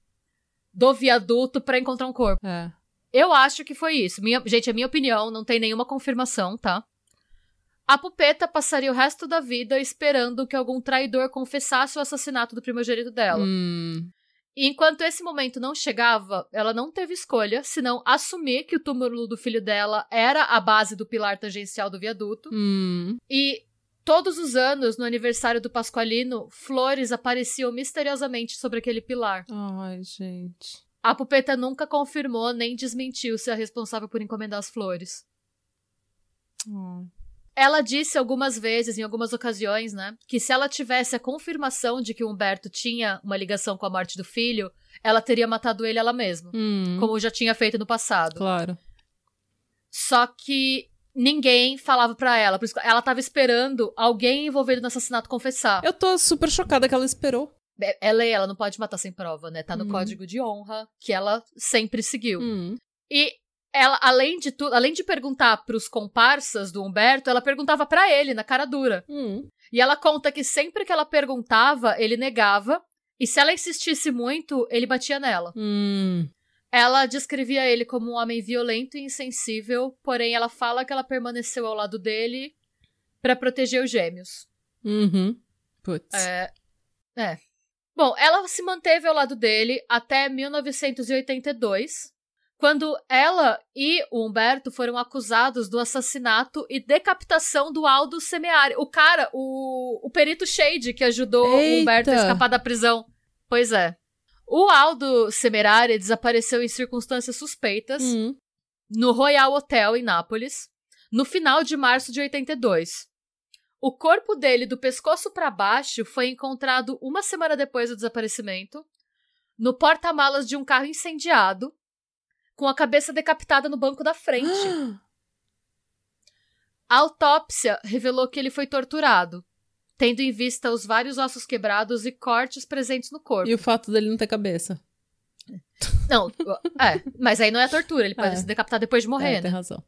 do viaduto pra encontrar um corpo. É. Eu acho que foi isso. Minha, gente, é minha opinião, não tem nenhuma confirmação, tá? A Pupeta passaria o resto da vida esperando que algum traidor confessasse o assassinato do primogênito dela. Hum. E enquanto esse momento não chegava, ela não teve escolha, senão assumir que o túmulo do filho dela era a base do pilar tangencial do viaduto. Hum. E todos os anos, no aniversário do Pasqualino, flores apareciam misteriosamente sobre aquele pilar. Ai, gente. A Pupeta nunca confirmou nem desmentiu ser a responsável por encomendar as flores. Hum. Ela disse algumas vezes, em algumas ocasiões, né, que se ela tivesse a confirmação de que o Humberto tinha uma ligação com a morte do filho, ela teria matado ele ela mesma, hum. como já tinha feito no passado. Claro. Só que ninguém falava pra ela, por isso que ela tava esperando alguém envolvido no assassinato confessar. Eu tô super chocada que ela esperou. Ela, ela não pode matar sem prova, né? Tá no hum. código de honra que ela sempre seguiu. Hum. E ela, além de tudo, além de perguntar pros comparsas do Humberto, ela perguntava pra ele, na cara dura. Hum. E ela conta que sempre que ela perguntava, ele negava. E se ela insistisse muito, ele batia nela. Hum. Ela descrevia ele como um homem violento e insensível, porém ela fala que ela permaneceu ao lado dele pra proteger os gêmeos. Uhum. Putz. É. É. Bom, ela se manteve ao lado dele até mil novecentos e oitenta e dois, quando ela e o Humberto foram acusados do assassinato e decapitação do Aldo Semeari. O cara, o, o perito Shade, que ajudou Eita. o Humberto a escapar da prisão. Pois é. O Aldo Semerari desapareceu em circunstâncias suspeitas hum. no Royal Hotel, em Nápoles, no final de março de oitenta e dois. O corpo dele, do pescoço para baixo, foi encontrado uma semana depois do desaparecimento, no porta-malas de um carro incendiado, com a cabeça decapitada no banco da frente. A autópsia revelou que ele foi torturado, tendo em vista os vários ossos quebrados e cortes presentes no corpo. E o fato dele não ter cabeça. Não, é, mas aí não é tortura, ele pode É. se decapitar depois de morrer, É, né? tem razão.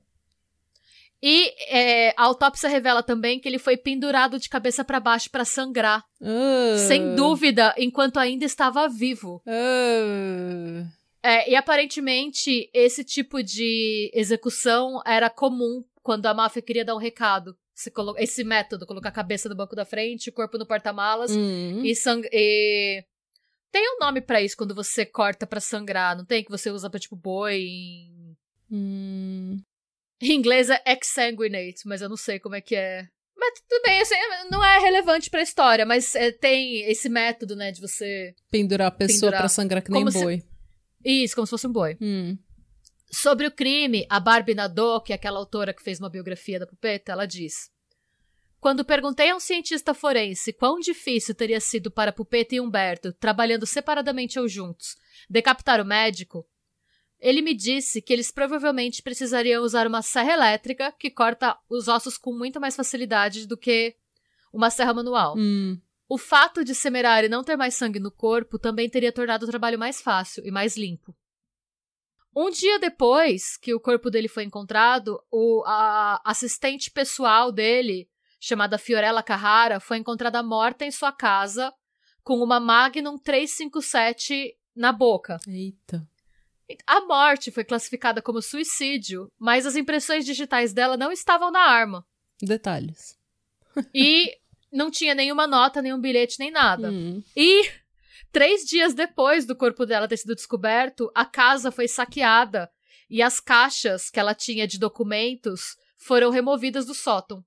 E é, a autópsia revela também que ele foi pendurado de cabeça para baixo para sangrar, Uh. sem dúvida, enquanto ainda estava vivo. Uh. É, e aparentemente esse tipo de execução era comum quando a máfia queria dar um recado. Se colo- esse método, colocar a cabeça no banco da frente, o corpo no porta-malas Hum. e sang... E... Tem um nome pra isso quando você corta pra sangrar, não tem? Que você usa pra tipo boi em... Hum. Em inglês é exsanguinate, mas eu não sei como é que é. Mas tudo bem, assim, não é relevante pra história, mas é, tem esse método, né, de você... Pendurar a pessoa Pendurar. pra sangrar que nem Como se- boi. Isso, como se fosse um boi. Hum. Sobre o crime, a Barbie Nadeau, que é aquela autora que fez uma biografia da Pupeta, ela diz: quando perguntei a um cientista forense quão difícil teria sido para Pupeta e Humberto, trabalhando separadamente ou juntos, decapitar o médico, ele me disse que eles provavelmente precisariam usar uma serra elétrica que corta os ossos com muito mais facilidade do que uma serra manual. Hum. O fato de Semerari não ter mais sangue no corpo também teria tornado o trabalho mais fácil e mais limpo. Um dia depois que o corpo dele foi encontrado, o, a assistente pessoal dele, chamada Fiorella Carrara, foi encontrada morta em sua casa com uma Magnum trezentos e cinquenta e sete na boca. Eita. A morte foi classificada como suicídio, mas as impressões digitais dela não estavam na arma. Detalhes. E não tinha nenhuma nota, nenhum bilhete, nem nada. Hum. E três dias depois do corpo dela ter sido descoberto, a casa foi saqueada e as caixas que ela tinha de documentos foram removidas do sótão.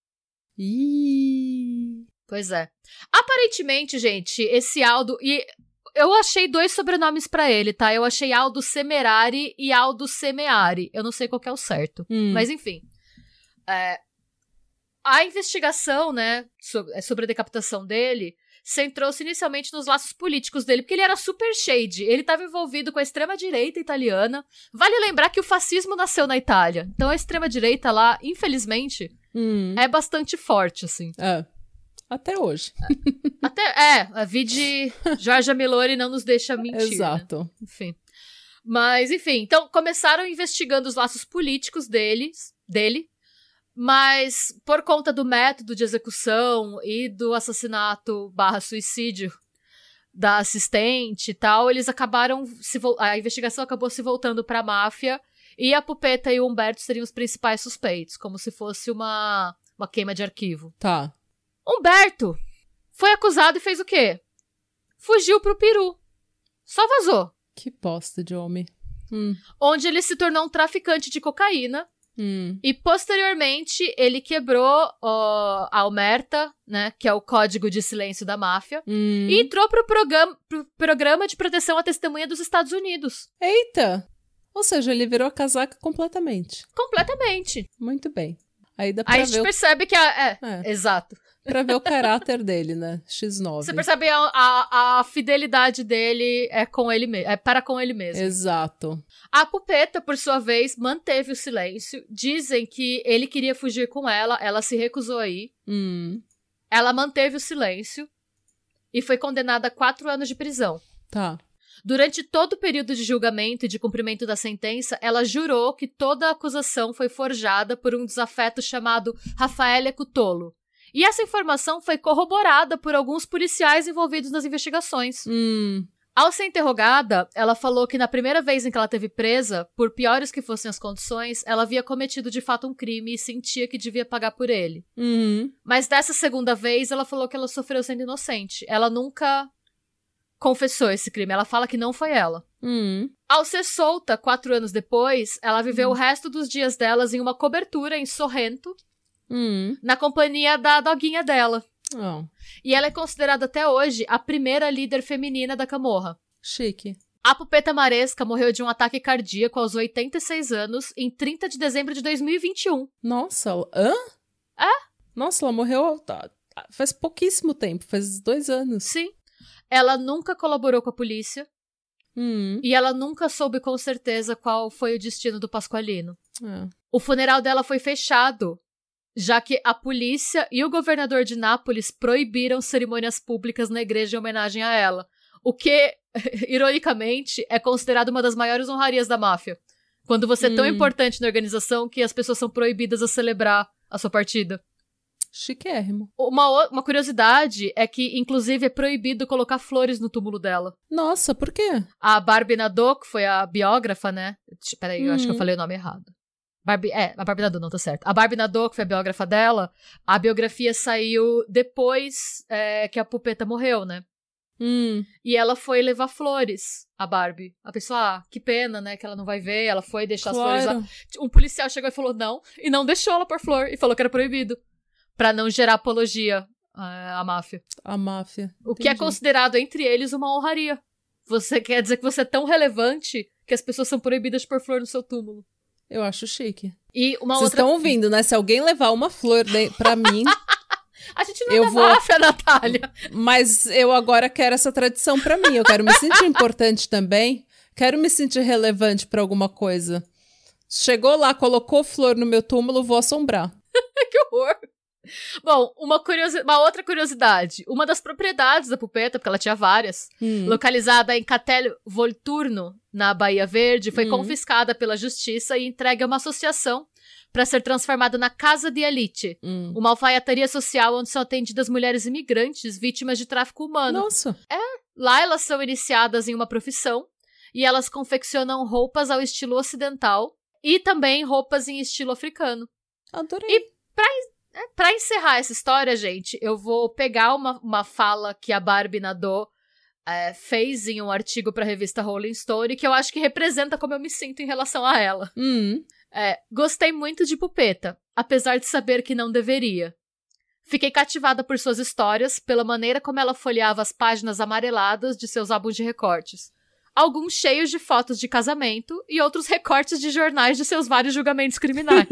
Ih. Pois é. Aparentemente, gente, esse Aldo... E eu achei dois sobrenomes pra ele, tá? Eu achei Aldo Semerari e Aldo Semeari. Eu não sei qual que é o certo. Hum. Mas, enfim. É, a investigação, né, sobre, sobre a decapitação dele, centrou-se inicialmente nos laços políticos dele, porque ele era super shady. Ele estava envolvido com a extrema-direita italiana. Vale lembrar que o fascismo nasceu na Itália. Então a extrema-direita lá, infelizmente, Hum. é bastante forte, assim. É. Até hoje. Até, é, a vide Giorgia Meloni não nos deixa mentir. Exato. Né? Enfim. Mas, enfim, então começaram investigando os laços políticos deles, dele, mas por conta do método de execução e do assassinato barra suicídio da assistente e tal, eles acabaram, se vo- a investigação acabou se voltando pra máfia e a Pupeta e o Humberto seriam os principais suspeitos, como se fosse uma, uma queima de arquivo. Tá. Humberto foi acusado e fez o quê? Fugiu pro Peru. Só vazou. Que bosta de homem. Hum. Onde ele se tornou um traficante de cocaína. Hum. E, posteriormente, ele quebrou ó, a Omerta, né, que é o Código de Silêncio da Máfia, Hum. e entrou pro programa, pro programa de proteção à testemunha dos Estados Unidos. Eita! Ou seja, ele virou a casaca completamente. Completamente. Muito bem. Aí dá pra Aí a ver gente o... percebe que... A, é, É. exato. pra ver o caráter dele, né? xis nove. Você percebe a, a, a fidelidade dele é com ele mesmo, é para com ele mesmo. Exato. A Pupeta, por sua vez, manteve o silêncio. Dizem que ele queria fugir com ela, ela se recusou a ir. Hum. Ela manteve o silêncio e foi condenada a quatro anos de prisão. Tá. Durante todo o período de julgamento e de cumprimento da sentença, ela jurou que toda a acusação foi forjada por um desafeto chamado Rafael Cutolo. E essa informação foi corroborada por alguns policiais envolvidos nas investigações. Hum. Ao ser interrogada, ela falou que na primeira vez em que ela esteve presa, por piores que fossem as condições, ela havia cometido de fato um crime e sentia que devia pagar por ele. Uhum. Mas dessa segunda vez, ela falou que ela sofreu sendo inocente. Ela nunca confessou esse crime. Ela fala que não foi ela. Hum. Ao ser solta, quatro anos depois, ela viveu Hum. o resto dos dias delas em uma cobertura em Sorrento, Hum. na companhia da doguinha dela. Oh, E ela é considerada até hoje a primeira líder feminina da Camorra. chique. A Pupeta Maresca morreu de um ataque cardíaco aos oitenta e seis anos em trinta de dezembro de dois mil e vinte e um. Nossa, hã? É? Nossa, ela morreu tá, faz pouquíssimo tempo, faz dois anos. Sim. Ela nunca colaborou com a polícia Hum. e ela nunca soube com certeza qual foi o destino do Pasqualino. É. O funeral dela foi fechado, já que a polícia e o governador de Nápoles proibiram cerimônias públicas na igreja em homenagem a ela. O que, ironicamente, é considerado uma das maiores honrarias da máfia. Quando você é tão Hum. importante na organização que as pessoas são proibidas a celebrar a sua partida. Chiquérrimo. Uma, o- uma curiosidade é que, inclusive, é proibido colocar flores no túmulo dela. Nossa, por quê? A Barbie Nadeau, que foi a biógrafa, né? Peraí, eu acho que eu Uhum. falei o nome errado. Barbie, é, a Barbie Nadeau, não tá certo. A Barbie Nadeau, que foi a biógrafa dela, a biografia saiu depois é, que a Pupeta morreu, né? Hum. E ela foi levar flores, a Barbie. A pessoa, ah, que pena, né, que ela não vai ver. Ela foi deixar as flores Claro. lá. Um policial chegou e falou não, e não deixou ela pôr flor, e falou que era proibido. Pra não gerar apologia à, à máfia. A máfia. O que é Entendi. considerado entre eles uma honraria. Você quer dizer que você é tão relevante que as pessoas são proibidas de pôr flor no seu túmulo. Eu acho chique. E uma Vocês outra... estão ouvindo, né? Se alguém levar uma flor de... pra mim, A gente não Eu é da vou- máfia, Natália. mas eu agora quero essa tradição pra mim. Eu quero me sentir importante também. Quero me sentir relevante pra alguma coisa. Chegou lá, colocou flor no meu túmulo, vou assombrar. Que horror. Bom, uma, curiosi... uma outra curiosidade. Uma das propriedades da Pupeta, porque ela tinha várias, Hum. localizada em Castel Volturno, na Bahia Verde, foi Hum. confiscada pela justiça e entregue a uma associação para ser transformada na Casa de Elite, Hum. uma alfaiataria social onde são atendidas mulheres imigrantes vítimas de tráfico humano. Nossa. Lá elas são iniciadas em uma profissão e elas confeccionam roupas ao estilo ocidental e também roupas em estilo africano. Adorei. E Pra encerrar essa história, gente, eu vou pegar uma, uma fala que a Barbie Nadeau é, fez em um artigo pra revista Rolling Stone, que eu acho que representa como eu me sinto em relação a ela. Hum. É, gostei muito de Pupeta, apesar de saber que não deveria. Fiquei cativada por suas histórias, pela maneira como ela folheava as páginas amareladas de seus álbuns de recortes. Alguns cheios de fotos de casamento e outros recortes de jornais de seus vários julgamentos criminais.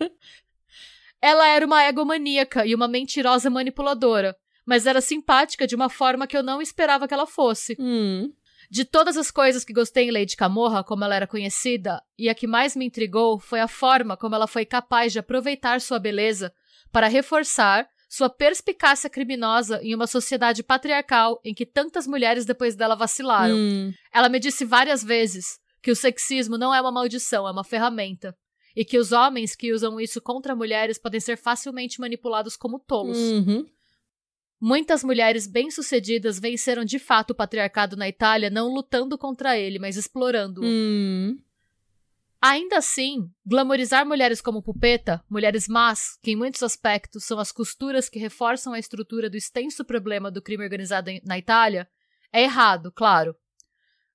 Ela era uma egomaníaca e uma mentirosa manipuladora, mas era simpática de uma forma que eu não esperava que ela fosse. Hum. De todas as coisas que gostei em Lady Camorra, como ela era conhecida, e a que mais me intrigou foi a forma como ela foi capaz de aproveitar sua beleza para reforçar sua perspicácia criminosa em uma sociedade patriarcal em que tantas mulheres depois dela vacilaram. Hum. Ela me disse várias vezes que o sexismo não é uma maldição, é uma ferramenta. E que os homens que usam isso contra mulheres podem ser facilmente manipulados como tolos. Uhum. Muitas mulheres bem-sucedidas venceram de fato o patriarcado na Itália não lutando contra ele, mas explorando-o. Hum. Ainda assim, glamorizar mulheres como Pupeta, mulheres más, que em muitos aspectos são as costuras que reforçam a estrutura do extenso problema do crime organizado em- na Itália, é errado, claro.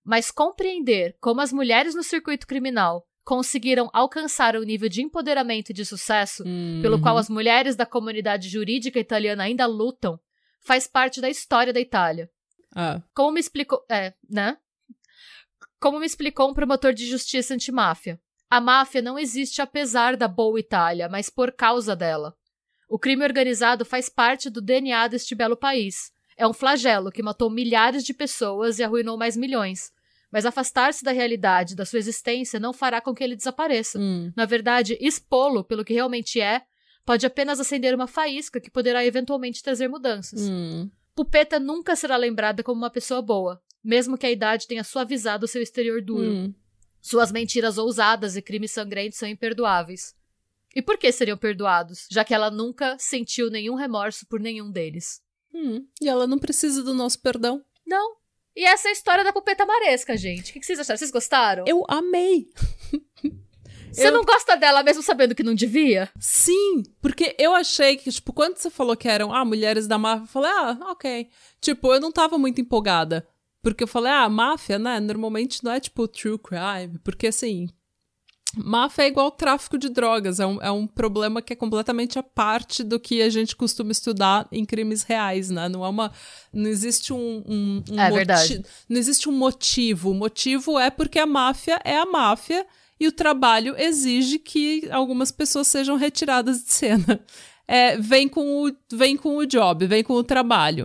Mas compreender como as mulheres no circuito criminal conseguiram alcançar o nível de empoderamento e de sucesso uhum. pelo qual as mulheres da comunidade jurídica italiana ainda lutam, faz parte da história da Itália. Ah. Como me explicou... É, né? Como me explicou um promotor de justiça antimáfia. A máfia não existe apesar da boa Itália, mas por causa dela. O crime organizado faz parte do D N A deste belo país. É um flagelo que matou milhares de pessoas e arruinou mais milhões. Mas afastar-se da realidade, da sua existência, não fará com que ele desapareça. Hum. Na verdade, expô-lo pelo que realmente é, pode apenas acender uma faísca que poderá eventualmente trazer mudanças. Hum. Pupetta nunca será lembrada como uma pessoa boa, mesmo que a idade tenha suavizado seu exterior duro. Hum. Suas mentiras ousadas e crimes sangrentos são imperdoáveis. E por que seriam perdoados, já que ela nunca sentiu nenhum remorso por nenhum deles? Hum. E ela não precisa do nosso perdão. Não. E essa é a história da Pupetta Maresca, gente. O que vocês acharam? Vocês gostaram? Eu amei. Você eu... não gosta dela mesmo sabendo que não devia? Sim, porque eu achei que, tipo, quando você falou que eram, ah, mulheres da máfia, eu falei, ah, ok. Tipo, eu não tava muito empolgada. Porque eu falei, ah, máfia, né, normalmente não é, tipo, true crime. Porque, assim, máfia é igual tráfico de drogas. É um, é um problema que é completamente à parte do que a gente costuma estudar em crimes reais, né? Não é uma... Não existe um... um, um é moti- verdade. Não existe um motivo. O motivo é porque a máfia é a máfia e o trabalho exige que algumas pessoas sejam retiradas de cena. É, vem, com o, vem com o job, vem com o trabalho.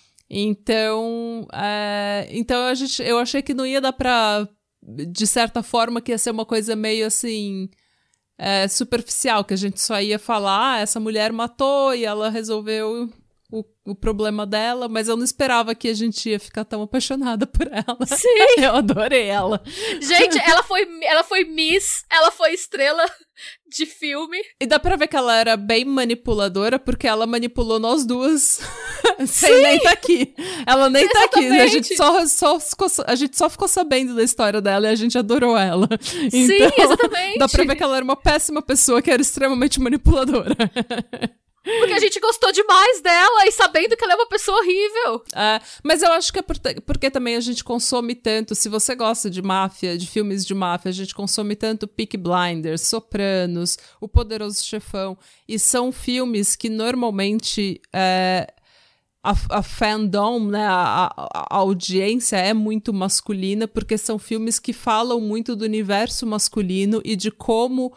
Então, é, então a gente, eu achei que não ia dar pra... De certa forma, que ia ser uma coisa meio assim... É, superficial, que a gente só ia falar, ah, essa mulher matou e ela resolveu o, o problema dela, mas eu não esperava que a gente ia ficar tão apaixonada por ela. Sim! Eu adorei ela. Gente, ela foi, ela foi Miss, ela foi estrela de filme. E dá pra ver que ela era bem manipuladora, porque ela manipulou nós duas sem Sim! nem estar tá aqui. Ela nem Exatamente. tá aqui. A gente só, só ficou, a gente só ficou sabendo da história dela e a gente adorou ela. Sim, então, exatamente. Dá pra ver que ela era uma péssima pessoa que era extremamente manipuladora. Porque a gente gostou demais dela e sabendo que ela é uma pessoa horrível. É, mas eu acho que é porque, porque também a gente consome tanto. Se você gosta de máfia, de filmes de máfia, a gente consome tanto Peaky Blinders, Sopranos, O Poderoso Chefão. E são filmes que normalmente é, a, a fandom, né, a, a, a audiência é muito masculina, porque são filmes que falam muito do universo masculino e de como...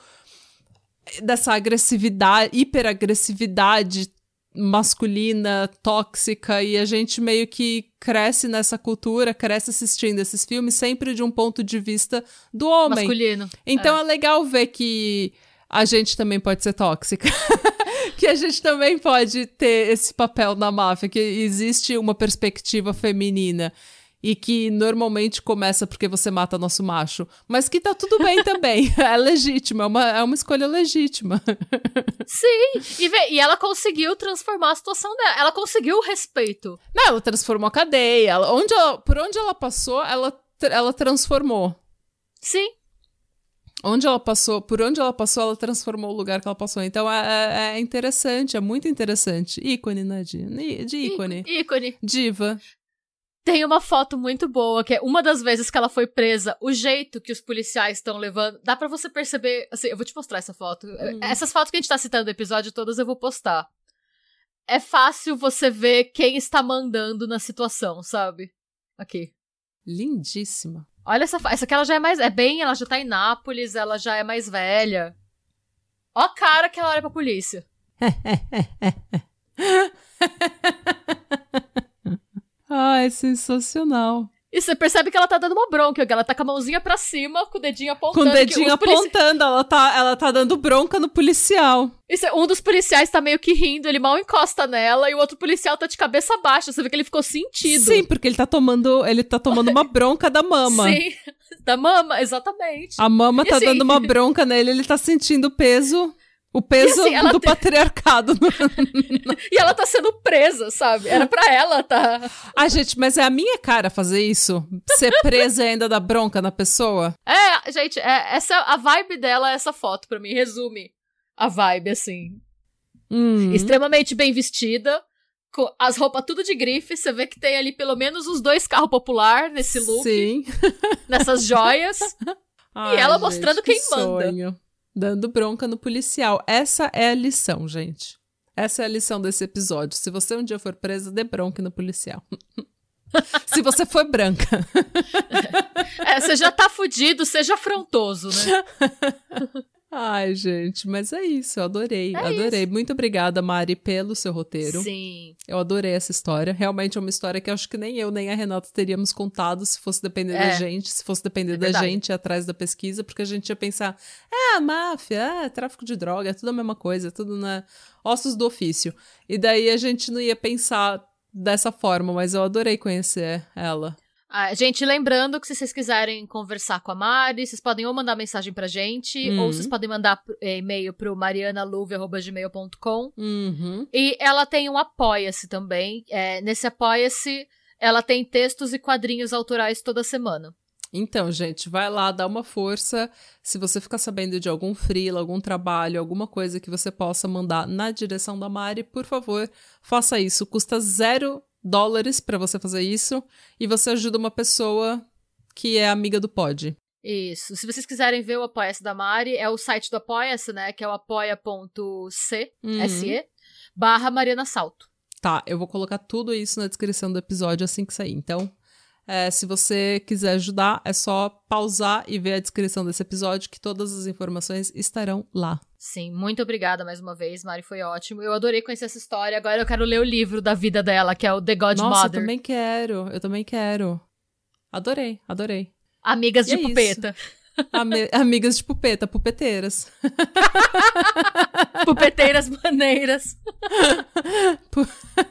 dessa agressividade, hiperagressividade masculina, tóxica, e a gente meio que cresce nessa cultura, cresce assistindo esses filmes sempre de um ponto de vista do homem. Masculino. Então é, é legal ver que a gente também pode ser tóxica. Que a gente também pode ter esse papel na máfia, que existe uma perspectiva feminina. E que normalmente começa porque você mata nosso macho. Mas que tá tudo bem também. É legítima, é uma, é uma escolha legítima. Sim, e, vê, e ela conseguiu transformar a situação dela. Ela conseguiu o respeito. Não, ela transformou a cadeia. Ela, onde ela, por onde ela passou, ela, ela transformou. Sim. Onde ela passou, por onde ela passou, ela transformou o lugar que ela passou. Então é, é interessante, é muito interessante. Ícone, né, de, de ícone. Í- ícone. Diva. Tem uma foto muito boa, que é uma das vezes que ela foi presa, o jeito que os policiais estão levando. Dá pra você perceber. Assim, eu vou te mostrar essa foto. Hum. Essas fotos que a gente tá citando no episódio todas eu vou postar. É fácil você ver quem está mandando na situação, sabe? Aqui. Lindíssima. Olha essa foto. Essa aqui ela já é mais. É bem, ela já tá em Nápoles, ela já é mais velha. Ó a cara que ela olha pra polícia. Ai, sensacional. E você percebe que ela tá dando uma bronca, que ela tá com a mãozinha pra cima, com o dedinho apontando. Com o dedinho polici... apontando, ela tá, ela tá dando bronca no policial. Isso, um dos policiais tá meio que rindo, ele mal encosta nela, e o outro policial tá de cabeça baixa, você vê que ele ficou sentido. Sim, porque ele tá tomando, ele tá tomando uma bronca da mama. Sim, da mama, exatamente. A mama e tá assim... dando uma bronca nele, ele tá sentindo o peso... O peso assim, do tem... patriarcado. E ela tá sendo presa, sabe? Era pra ela, tá? Ah, gente, mas é a minha cara fazer isso? Ser presa e ainda dar bronca na pessoa? É, gente, é, essa, a vibe dela é essa foto, pra mim. Resume a vibe, assim. Hum. Extremamente bem vestida, com as roupas tudo de grife, você vê que tem ali pelo menos os dois carros popular nesse look. Sim. Nessas joias. Ai, e ela gente, mostrando que quem manda. Sonho. Dando bronca no policial. Essa é a lição, gente. Essa é a lição desse episódio. Se você um dia for presa, dê bronca no policial. Se você for branca. É, você já tá fudido, seja afrontoso, né? Ai, gente, mas é isso, eu adorei, é adorei. Isso. Muito obrigada, Mari, pelo seu roteiro. Sim. Eu adorei essa história. Realmente é uma história que eu acho que nem eu, nem a Renata teríamos contado se fosse depender é. da gente, se fosse depender é da gente ir atrás da pesquisa, porque a gente ia pensar, é, a máfia, é, tráfico de droga, é tudo a mesma coisa, é tudo na ossos do ofício. E daí a gente não ia pensar dessa forma, mas eu adorei conhecer ela. Ah, gente, lembrando que se vocês quiserem conversar com a Mari, vocês podem ou mandar mensagem pra gente, uhum. ou vocês podem mandar e-mail pro marianaluve arroba gmail ponto com. Uhum. E ela tem um Apoia-se também. É, nesse Apoia-se, ela tem textos e quadrinhos autorais toda semana. Então, gente, vai lá, dá uma força. Se você ficar sabendo de algum freela, algum trabalho, alguma coisa que você possa mandar na direção da Mari, por favor, faça isso. Custa zero dólares pra você fazer isso e você ajuda uma pessoa que é amiga do pod. Isso. Se vocês quiserem ver o Apoia-se da Mari, é o site do Apoia-se, né? Que é o apoia.c, uhum. S-E, barra Mariana Salto. Tá, eu vou colocar tudo isso na descrição do episódio assim que sair. Então, é, se você quiser ajudar, é só pausar e ver a descrição desse episódio, que todas as informações estarão lá. Sim, muito obrigada mais uma vez, Mari, foi ótimo. Eu adorei conhecer essa história, agora eu quero ler o livro da vida dela, que é o The Godmother. Nossa, eu também quero, eu também quero. Adorei, adorei. Amigas e de é pupeta. Ami- amigas de pupeta, pupeteiras. Pupeteiras maneiras. Pu-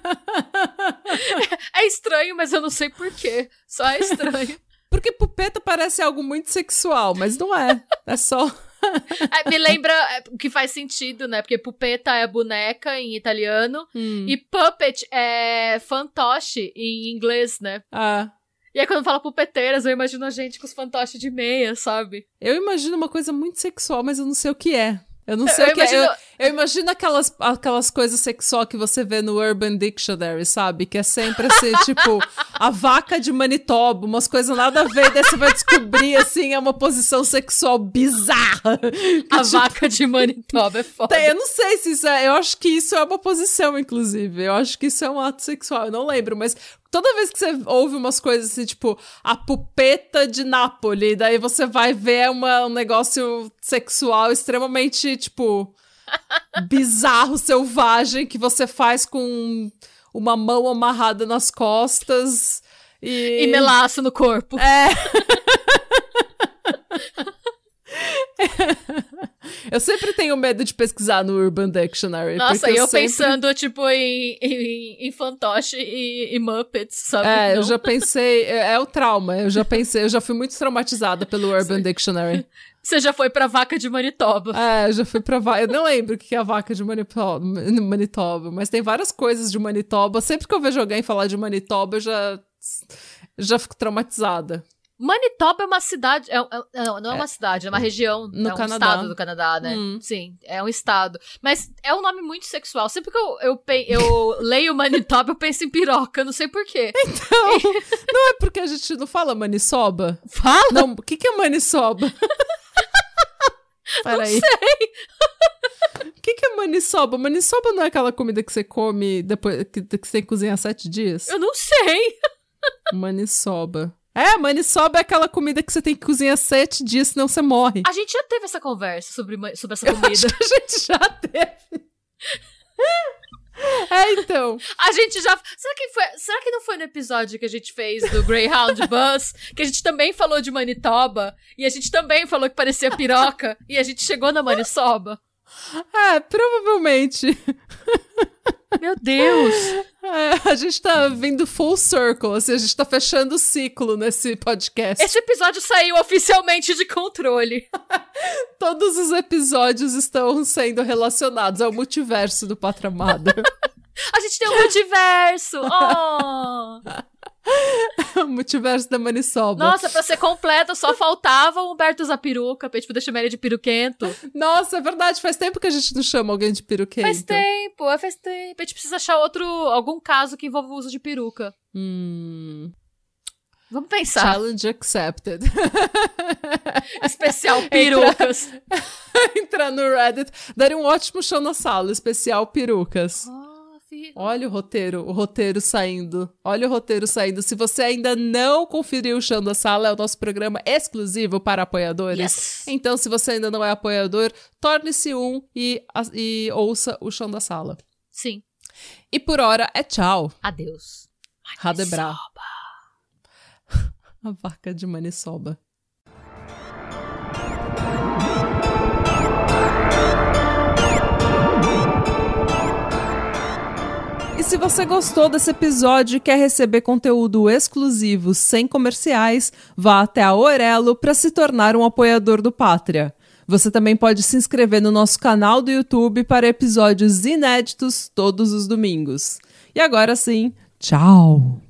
É estranho, mas eu não sei porquê. Só é estranho. Porque pupeta parece algo muito sexual, mas não é. É só... É, me lembra o que faz sentido, né? Porque pupeta é boneca em italiano hum. e puppet é fantoche em inglês, né? Ah... E aí, quando fala pupeteiras, eu imagino a gente com os fantoches de meia, sabe? Eu imagino uma coisa muito sexual, mas eu não sei o que é. Eu não sei eu o que imagino... é. Eu, eu imagino aquelas, aquelas coisas sexual que você vê no Urban Dictionary, sabe? Que é sempre assim, tipo, a vaca de Manitoba, umas coisas nada a ver, daí você vai descobrir, assim, é uma posição sexual bizarra. Que, a tipo, vaca de Manitoba é foda. Eu não sei se isso é... Eu acho que isso é uma posição, inclusive. Eu acho que isso é um ato sexual, eu não lembro, mas... Toda vez que você ouve umas coisas assim, tipo, a pupeta de Nápoles, daí você vai ver uma, um negócio sexual extremamente, tipo, bizarro, selvagem, que você faz com uma mão amarrada nas costas e... E melaço no corpo. É... Eu sempre tenho medo de pesquisar no Urban Dictionary. Nossa, e eu, eu sempre... pensando, tipo, em, em, em fantoche e, e Muppets, sabe? É, Não. eu já pensei... É, é o trauma, eu já pensei... Eu já fui muito traumatizada pelo Urban Dictionary. Você já foi pra vaca de Manitoba. É, eu já fui pra vaca... Eu não lembro o que é a vaca de Manitoba, Manitoba, mas tem várias coisas de Manitoba. Sempre que eu vejo alguém falar de Manitoba, eu já... Já fico traumatizada. Manitoba é uma cidade... É, é, não, não é uma cidade, é uma região. No é um Canadá. estado do Canadá, né? Hum. Sim, é um estado. Mas é um nome muito sexual. Sempre que eu, eu, eu leio Manitoba, eu penso em piroca. Não sei porquê. Então, não é porque a gente não fala maniçoba? Fala? Não, o que, que é maniçoba? Não Peraí. sei. O que, que é maniçoba? Maniçoba não é aquela comida que você come depois que, que você tem que cozinhar sete dias? Eu não sei. Maniçoba. É, maniçoba é aquela comida que você tem que cozinhar sete dias, senão você morre. A gente já teve essa conversa sobre, sobre essa Eu comida. acho que a gente já teve. É, então. A gente já... Será que, foi... Será que não foi no episódio que a gente fez do Greyhound Bus, que a gente também falou de Manitoba, e a gente também falou que parecia piroca, e a gente chegou na maniçoba? É, provavelmente. Meu Deus! É, a gente tá vindo full circle, assim, a gente tá fechando o ciclo nesse podcast. Esse episódio saiu oficialmente de controle. Todos os episódios estão sendo relacionados ao multiverso do Pátria Amada. A gente tem um multiverso! Oh! Multiverso da Maniçoba. Nossa, pra ser completa, só faltava o Humberto usar peruca, pra gente poder chamar ele de peruquento. Nossa, é verdade, faz tempo que a gente não chama alguém de peruquento. Faz tempo, é faz tempo. A gente precisa achar outro, algum caso que envolva o uso de peruca. Hum... Vamos pensar. Challenge accepted. Especial perucas. Entrar, entrar no Reddit. Daria um ótimo show na sala. Especial perucas. Oh, filho. Olha o roteiro. O roteiro saindo. Olha o roteiro saindo. Se você ainda não conferiu o Chão da Sala, é o nosso programa exclusivo para apoiadores. Yes. Então, se você ainda não é apoiador, torne-se um e, e ouça o Chão da Sala. Sim. E por hora é tchau. Adeus. Radebra. A vaca de Maniçoba. E se você gostou desse episódio e quer receber conteúdo exclusivo sem comerciais, vá até a Orelo para se tornar um apoiador do Pátria. Você também pode se inscrever no nosso canal do YouTube para episódios inéditos todos os domingos. E agora sim, tchau!